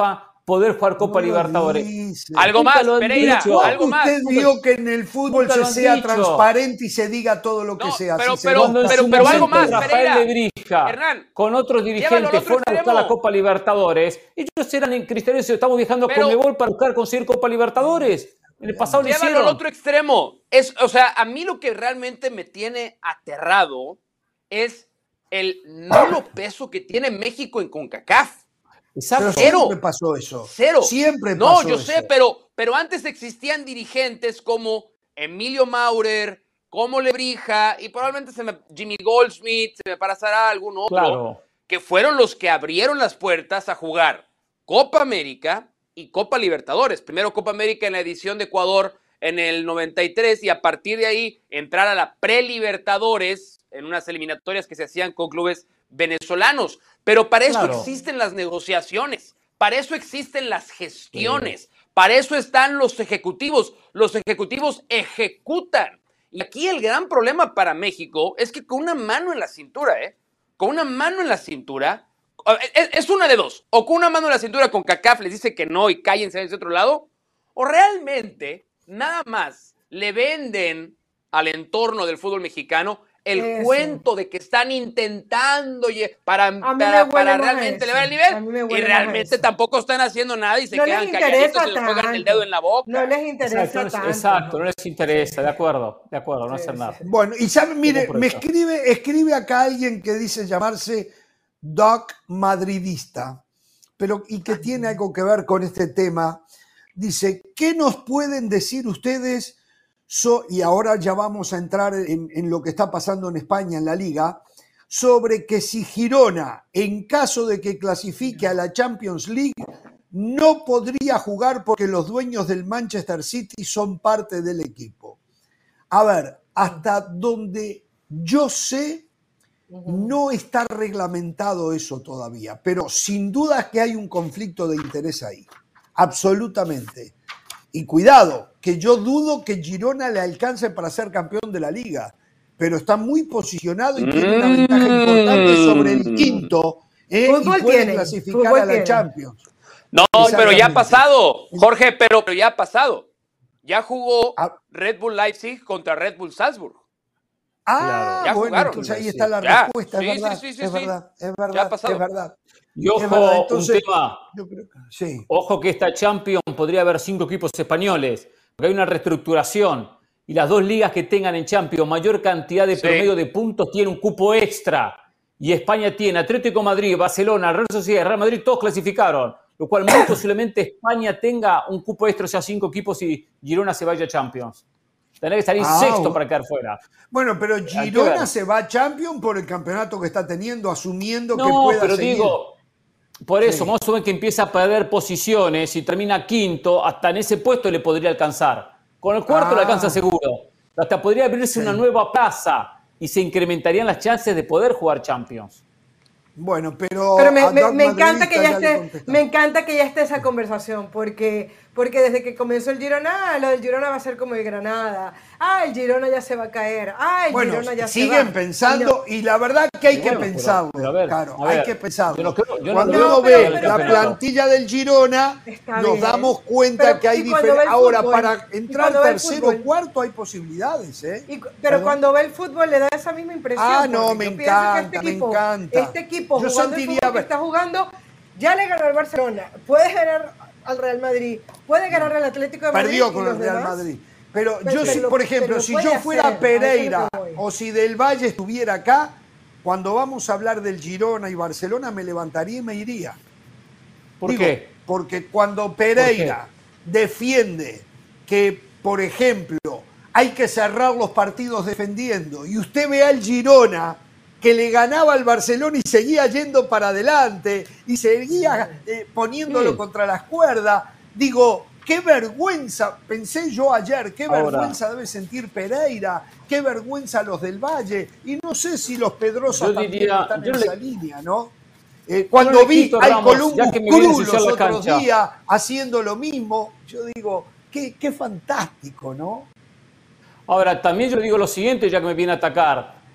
poder jugar Copa no Libertadores. Dice. Algo más, Pereira, dicho. algo más. Usted vio que en el fútbol se sea dicho. transparente y se diga todo lo que no, sea. Pero, si pero, pero, pero, pero algo más, Rafael Pereira. Lebrija, Hernán, con otros dirigentes fueron a buscar la Copa Libertadores. Ellos eran en criterios, estamos viajando pero, a Conmebol para buscar conseguir Copa Libertadores. En el pasado lo hicieron. Llévalo al otro extremo. Es, o sea, a mí lo que realmente me tiene aterrado es el nulo peso que tiene México en CONCACAF. Exacto. Cero. Siempre pasó eso. Cero. Siempre pasó No, yo eso. sé, pero, pero antes existían dirigentes como Emilio Maurer, como Lebrija, y probablemente se me, Jimmy Goldsmith, se me pasará algún otro, claro. que fueron los que abrieron las puertas a jugar Copa América y Copa Libertadores. Primero Copa América en la edición de Ecuador en el noventa y tres, y a partir de ahí entrar a la pre-Libertadores en unas eliminatorias que se hacían con clubes venezolanos. Pero para eso claro. existen las negociaciones, para eso existen las gestiones, sí. para eso están los ejecutivos. Los ejecutivos ejecutan. Y aquí el gran problema para México es que con una mano en la cintura, ¿eh? Con una mano en la cintura, es, es una de dos. O con una mano en la cintura con CACAF les dice que no y cállense de ese otro lado, o realmente nada más le venden al entorno del fútbol mexicano el eso. cuento de que están intentando para, para, para realmente elevar el nivel y realmente tampoco están haciendo nada y se no quedan calladitos y se les juegan el dedo en la boca. No les interesa exacto, tanto. Exacto, no les interesa, de acuerdo, de acuerdo, no sí, hacen nada. Bueno, y saben, mire, me escribe, escribe acá alguien que dice llamarse Doc Madridista, pero y que tiene algo que ver con este tema. Dice, ¿qué nos pueden decir ustedes? So, y ahora ya vamos a entrar en, en lo que está pasando en España, en la Liga, sobre que si Girona, en caso de que clasifique a la Champions League, no podría jugar porque los dueños del Manchester City son parte del equipo. A ver, hasta donde yo sé, no está reglamentado eso todavía, pero sin duda es que hay un conflicto de interés ahí, absolutamente. Y cuidado, que yo dudo que Girona le alcance para ser campeón de la Liga, pero está muy posicionado y tiene una ventaja importante sobre el quinto, ¿eh? y puede tiene, clasificar a la tiene. Champions. No, pero ya ha pasado, Jorge, pero, pero ya ha pasado. Ya jugó Red Bull Leipzig contra Red Bull Salzburg. Ah, ya bueno, jugaron. entonces ahí está la ya. respuesta, sí, es verdad, sí, sí, sí, es sí. verdad, es verdad, es verdad. Y ojo, verdad. Entonces, un tema, yo creo que, sí. ojo que esta Champions podría haber cinco equipos españoles, porque hay una reestructuración y las dos ligas que tengan en Champions mayor cantidad de sí. promedio de puntos tienen un cupo extra. Y España tiene Atlético de Madrid, Barcelona, Real Sociedad, Real Madrid, todos clasificaron. Lo cual muy posiblemente España tenga un cupo extra, o sea, cinco equipos y Girona se vaya a Champions. Tendrá que salir ah, sexto bueno. para quedar fuera. Bueno, pero Girona se va a Champions por el campeonato que está teniendo, asumiendo no, que pueda pero seguir. digo, por eso, sí. vamos a ver que empieza a perder posiciones y termina quinto, hasta en ese puesto le podría alcanzar. Con el cuarto ah. le alcanza seguro. Hasta podría abrirse sí. una nueva plaza y se incrementarían las chances de poder jugar Champions. Bueno, pero, pero me, me, me encanta que ya esté, me encanta que ya esté esa conversación, porque, porque desde que comenzó el Girona, lo del Girona va a ser como el Granada. Ah, el Girona ya se va a caer. Ah, el bueno, Girona ya siguen se va. Siguen pensando, y la verdad que hay bueno, que pensarlo, pero, pero ver, claro, ver, hay que pensarlo. Yo no creo, yo Cuando no uno creo, ve pero, la pero, plantilla del Girona, está nos bien. damos cuenta pero, que hay diferencias. Ahora, para entrar tercero o cuarto hay posibilidades, ¿eh? Y, pero cuando ve el fútbol le da esa misma impresión. Ah, no, me encanta, este equipo, me encanta. Este equipo yo jugando el fútbol que está jugando, ya le ganó al Barcelona, puede ganar al Real Madrid, puede ganar al Atlético de Madrid. Perdió con el Real demás. Madrid. Pero, pero yo, pero, por ejemplo, si yo fuera hacer, Pereira o si Del Valle estuviera acá, cuando vamos a hablar del Girona y Barcelona me levantaría y me iría. ¿Por Digo, qué? Porque cuando Pereira defiende que, por ejemplo, hay que cerrar los partidos defendiendo y usted ve al Girona que le ganaba al Barcelona y seguía yendo para adelante y seguía eh, poniéndolo sí. contra las cuerdas, digo... Qué vergüenza, pensé yo ayer, qué Ahora, vergüenza debe sentir Pereira, qué vergüenza los del Valle, y no sé si los Pedrosas también diría, están en le... esa línea, ¿no? Eh, cuando vi al Ramos, Columbus Crew los otros cancha. días haciendo lo mismo, yo digo, qué, qué fantástico, ¿no? Ahora, también yo digo lo siguiente, ya que me viene a atacar.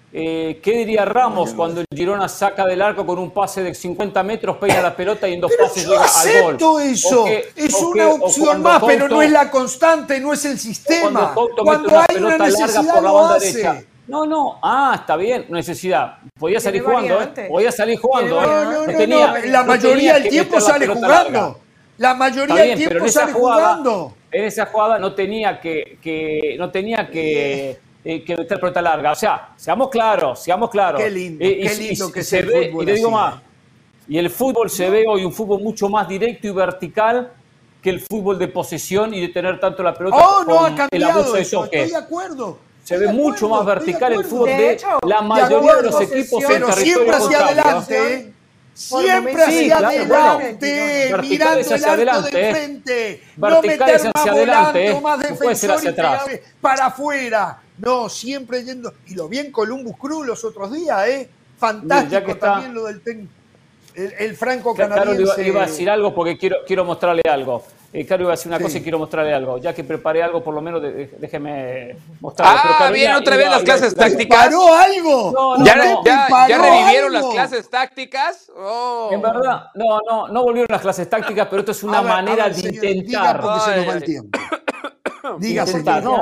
Eh, ¿Qué diría Ramos cuando el Girona saca del arco con un pase de cincuenta metros, peina la pelota y en dos pero pases yo llega al gol? acepto eso. Que, es o una que, opción más, Couto, pero no es la constante, no es el sistema. Cuando, cuando una hay una necesidad por la lo banda hace. derecha. No, no. Ah, está bien, necesidad. Podía salir jugando, ¿eh? Podía salir jugando. No, ¿eh? no, no, tenía, no. La no mayoría del que tiempo sale jugando. Larga. La mayoría Está bien, del tiempo pero en esa sale jugada, jugando. En esa jugada no tenía que, que no tenía que, eh, que meter pelota larga. O sea, seamos claros, seamos claros. Qué lindo, eh, qué y, lindo y, que y sea se el ve, fútbol y te digo así. más. Y el fútbol se ve hoy un fútbol mucho más directo y vertical que el fútbol de posesión y de tener tanto la pelota. Oh, no con ha el abuso cambiado de eso. toque. Estoy de acuerdo. Se ve Estoy de mucho acuerdo, más estoy de vertical el acuerdo. fútbol De de, hecho, la de mayoría de acuerdo, los equipos en Pero territorio siempre hacia contrario. adelante, ¿eh? Siempre Sí, hacia claro, adelante, bueno, mirando verticales el hacia arco adelante, de ¿eh? frente. No Verticales meter más hacia volante adelante, o ¿eh? más No puede ser defensor hacia y pegar atrás. para afuera. No, siempre yendo. Y lo vi en Columbus Crew los otros días, ¿eh? Fantástico Ya que está- también lo del técnico. El, el franco Carol canadiense. iba, iba a decir algo porque quiero, quiero mostrarle algo. Eh, Carol iba a decir una Sí. cosa y quiero mostrarle algo. Ya que preparé algo, por lo menos de- de- déjeme mostrarle. Pero Ah, Carolina bien, otra iba- vez las iba a clases decir algo. tácticas. ¿Preparó algo? No, no, ¿Ya, no. ya- preparó ya revivieron algo? las clases tácticas? Oh. En verdad, no, no, no volvieron las clases tácticas, pero esto es una A ver, manera a ver, de señor, intentar. Diga porque se nos va Ay, el ay. tiempo. Diga, Intentar, señor. no.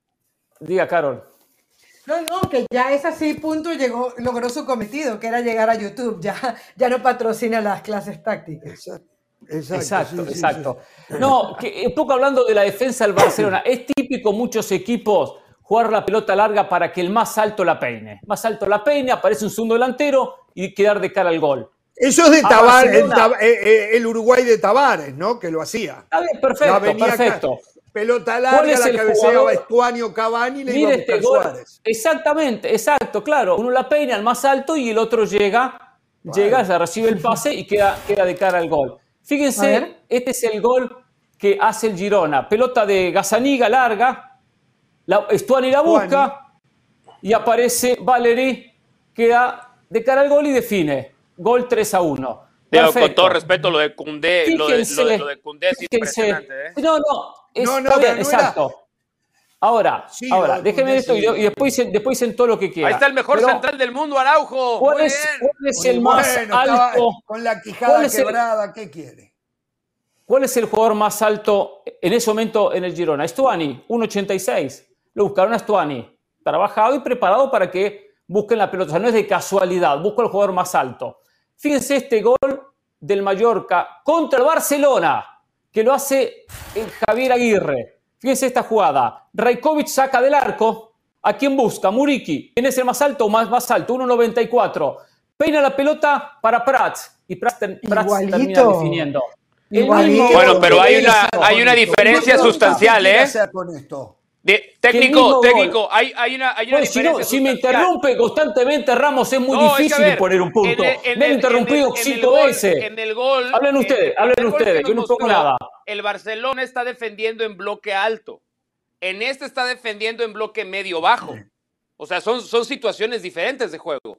Diga, Carol. No, no, que ya es así, punto, llegó, logró su cometido, que era llegar a YouTube. Ya, ya no patrocina las clases tácticas. Exacto, exacto. Exacto, sí, sí, exacto. sí. No, que un poco hablando de la defensa del Barcelona, es típico muchos equipos jugar la pelota larga para que el más alto la peine. Más alto la peine, aparece un segundo delantero y quedar de cara al gol. Eso es de A Tabar, el, Barcelona. Tab- eh, eh, el Uruguay de Tavares, ¿no? Que lo hacía. Está bien, La perfecto, venía acá, perfecto. pelota ¿Cuál larga, es la el cabeceaba jugador? Estuanio Cavani y le iba a Mire buscar este gol. Suárez. Exactamente, exacto, claro. Uno la peina al más alto y el otro llega, llega, se recibe el pase y queda, queda de cara al gol. A Fíjense, ver. este es el gol que hace el Girona. Pelota de Gazzaniga larga, la, Estuani la busca y aparece Valeri, queda de cara al gol y define. Gol tres a uno. Pero con Perfecto. todo respeto, lo de Koundé, lo de, lo de, lo de Koundé es fíjense. impresionante, ¿eh? No, no, es- No, no, está bien, pero no era- exacto. Ahora, Sí, lo ahora, de déjeme Koundé, esto y, sí. y después, dicen- después dicen todo lo que quieran. Ahí está el mejor Pero, central del mundo, Araujo. ¿Cuál Muy es, bien. cuál es Muy el más bueno, estaba alto? con la quijada ¿Cuál es el- quebrada, ¿qué quiere? ¿Cuál es el jugador más alto en ese momento en el Girona? Estuani, uno ochenta y seis. Lo buscaron a Estuani, trabajado y preparado para que busquen la pelota. O sea, no es de casualidad, busca el jugador más alto. Fíjense este gol del Mallorca contra el Barcelona, que lo hace el Javier Aguirre. Fíjense esta jugada. Rajkovic saca del arco. ¿A quién busca? Muriqui. ¿Quién es el más alto? Más, más alto, uno noventa y cuatro. Peina la pelota para Prats. Y Prats, ter- Prats Igualito. termina definiendo. El Igualito. mismo Bueno, gol pero que hay él una, hizo. hay una diferencia ¿Qué sustancial, quiere ¿eh? hacer con esto? De- mismo técnico, gol. técnico, hay, hay una, hay una Bueno, si, diferencia no, si me sustancial. interrumpe constantemente, Ramos, es muy No, es que, difícil a ver, poner un punto. en el- en Me han el- interrumpido en el- en el cinco gol- veces. En el gol. Hablen en- ustedes, en hablen el gol ustedes, que yo nos no pongo mostró, nada. El Barcelona está defendiendo en bloque alto. En este está defendiendo en bloque medio bajo. O sea, son, son situaciones diferentes de juego.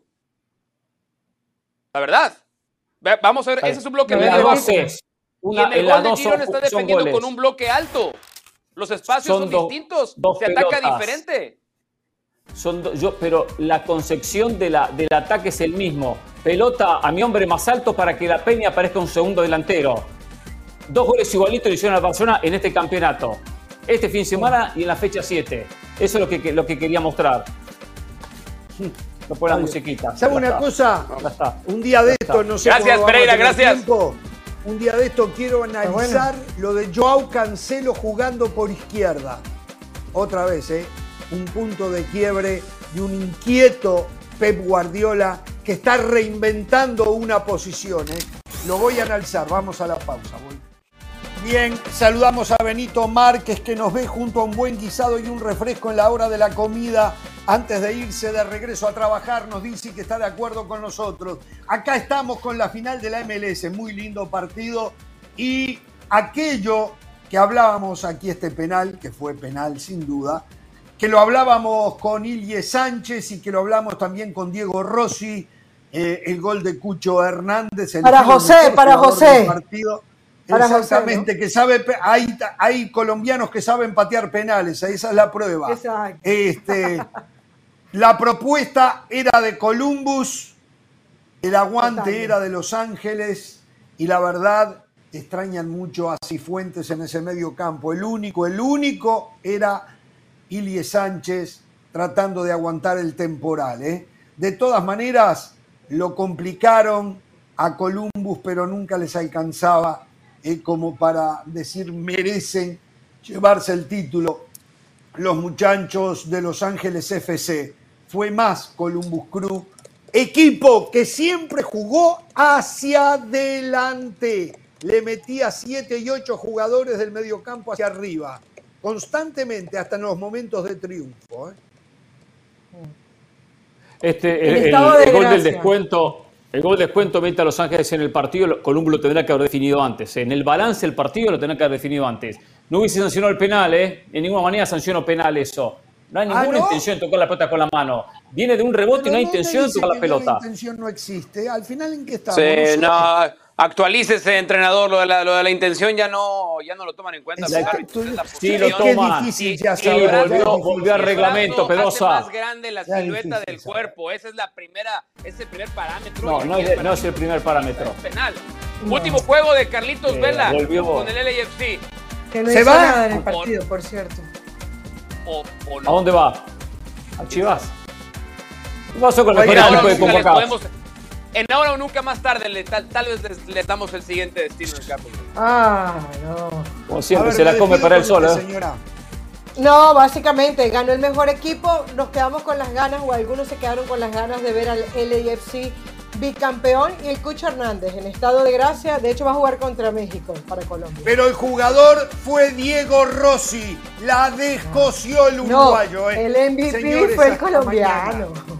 La verdad. Ve- Vamos a ver, ese es un bloque En medio las bajo. dos es. Y Una, en el en las gol de dos Girona son, está son defendiendo goles. con un bloque alto. Los espacios Son son, do- distintos. dos Se ataca pelotas. diferente. Son do- yo, pero la concepción de la, del ataque es el mismo. Pelota a mi hombre más alto para que la Peña aparezca un segundo delantero. Dos goles igualitos le hicieron al Barcelona en este campeonato. Este fin de semana y en la fecha siete. Eso es lo que, que- lo que quería mostrar. No pone la musiquita. ¿Sabe Ya una está. cosa? Ya está. Un día de Ya esto, está. no sé Gracias, cómo vamos a Pereira, tener gracias. tiempo. Un día de esto quiero analizar lo de Joao Cancelo jugando por izquierda. Otra vez, ¿eh? Un punto de quiebre de un inquieto Pep Guardiola que está reinventando una posición, ¿eh? Lo voy a analizar. Vamos a la pausa. Voy. Bien, saludamos a Benito Márquez que nos ve junto a un buen guisado y un refresco en la hora de la comida antes de irse de regreso a trabajar. Nos dice que está de acuerdo con nosotros. Acá estamos con la final de la M L S, muy lindo partido y aquello que hablábamos aquí, este penal, que fue penal sin duda, que lo hablábamos con Ilye Sánchez y que lo hablamos también con Diego Rossi, eh, el gol de Cucho Hernández. El Para José, para José. Partido. Para Exactamente, José, ¿no? que sabe, hay, hay colombianos que saben patear penales, esa es la prueba. Exacto. Este, La propuesta era de Columbus, el aguante Totalmente. Era de Los Ángeles y la verdad extrañan mucho a Cifuentes en ese medio campo. El único, el único era Ilie Sánchez tratando de aguantar el temporal. ¿eh? De todas maneras, lo complicaron a Columbus, pero nunca les alcanzaba eh, como para decir merecen llevarse el título los muchachos de Los Ángeles F C. Fue más Columbus Crew, equipo que siempre jugó hacia adelante. Le metía siete y ocho jugadores del mediocampo hacia arriba, constantemente, hasta en los momentos de triunfo. ¿eh? Este, el, el, el, el gol del descuento, el gol del descuento mete a Los Ángeles en el partido, Columbus lo tendrá que haber definido antes. En el balance del partido lo tendrá que haber definido antes. No hubiese sancionado el penal, ¿eh? En ninguna manera sancionó penal eso. No hay ninguna ah, ¿no? intención de tocar la pelota con la mano. Viene de un rebote Pero y no hay intención de tocar la pelota. La intención no existe. Al final, ¿en qué estamos? Sí, no, no actualícese, entrenador. Lo de, la, lo de la intención ya no, ya no lo toman en cuenta. Sí, lo toman. Difícil, ya sí, volvió, volvió al reglamento, Pedrosa. Hace más grande la ya silueta difícil, del ¿sabes? Cuerpo. Esa es la primera, es el primer parámetro. No, no es, no es el primer parámetro. Es penal. No. Último juego de Carlitos eh, Vela volvió. Con el L A F C. Que no se va nada en el partido, por cierto. O, o no. ¿A dónde va? ¿A Chivas? ¿Qué pasó con el equipo de convocados? En ahora o nunca más tarde, le, tal, tal vez les, les damos el siguiente destino del campo. Ah, no. Como siempre, ver, se la come para el sol, ¿eh? Señora. No, básicamente ganó el mejor equipo, nos quedamos con las ganas, o algunos se quedaron con las ganas de ver al L A F C bicampeón, y el Cucho Hernández en estado de gracia, de hecho va a jugar contra México para Colombia. Pero el jugador fue Diego Rossi, la descoció el uruguayo. No, el M V P Señores, fue el colombiano. Mañana.